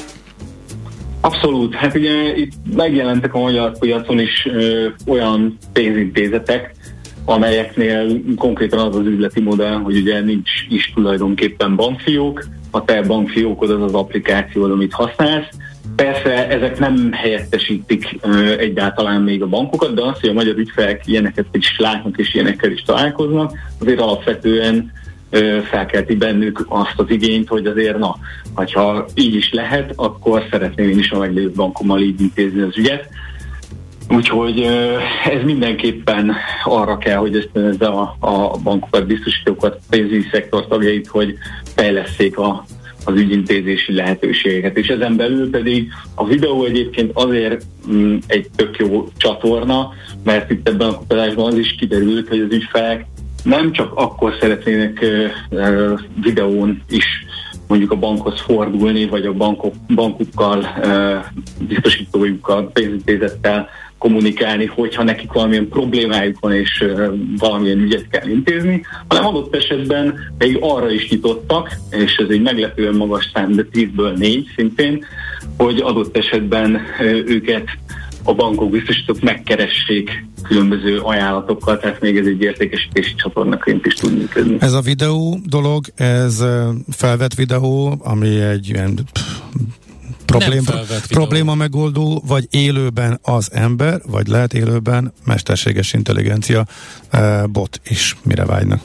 Abszolút. Hát ugye itt megjelentek a magyar piacon is ö, olyan pénzintézetek, amelyeknél konkrétan az az üzleti modell, hogy ugye nincs is tulajdonképpen bankfiók, a te bankfiókod az az applikáció, amit használsz. Persze ezek nem helyettesítik ö, egyáltalán még a bankokat, de az, hogy a magyar ügyfelek ilyeneket is látnak és ilyenekkel is találkoznak, azért alapvetően felkelti bennük azt az igényt, hogy azért na, hogyha így is lehet, akkor szeretném én is a meglévő bankommal így intézni az ügyet. Úgyhogy ez mindenképpen arra kell, hogy ösztönözze a, a bankokat, biztosítókat, pénzügyi szektor tagjait, hogy fejlesszék a, az ügyintézési lehetőségeket. És ezen belül pedig a videó egyébként azért m, egy tök jó csatorna, mert itt ebben a kutatásban az is kiderült, hogy az ügyfelek nem csak akkor szeretnének uh, uh, videón is mondjuk a bankhoz fordulni, vagy a bankok, bankukkal, uh, biztosítójukkal, pénzintézettel kommunikálni, hogyha nekik valamilyen problémájuk van, és uh, valamilyen ügyet kell intézni, hanem adott esetben még arra is nyitottak, és ez egy meglepően magas szám, de tízből négy szintén, hogy adott esetben uh, őket a bankok, biztosítók megkeressék különböző ajánlatokkal, tehát még ez egy értékesítési csatornaként is tud működni. Ez a videó dolog, ez felvett videó, ami egy ilyen problém, probléma megoldó, vagy élőben az ember, vagy lehet élőben mesterséges intelligencia bot is, mire vágynak?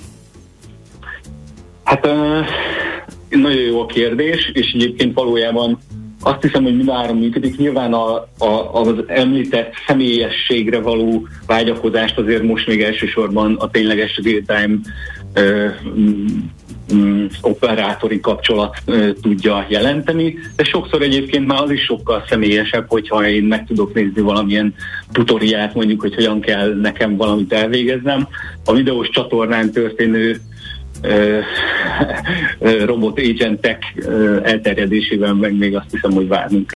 Hát nagyon jó a kérdés, és egyébként valójában azt hiszem, hogy mindhárom működik. Nyilván a, a, az említett személyességre való vágyakozást azért most még elsősorban a tényleges real-time ö, mm, operátori kapcsolat ö, tudja jelenteni, de sokszor egyébként már az is sokkal személyesebb, hogyha én meg tudok nézni valamilyen tutoriát, mondjuk, hogy hogyan kell nekem valamit elvégeznem. A videós csatornán történő robot agentek elterjedésével meg még azt hiszem, hogy várnunk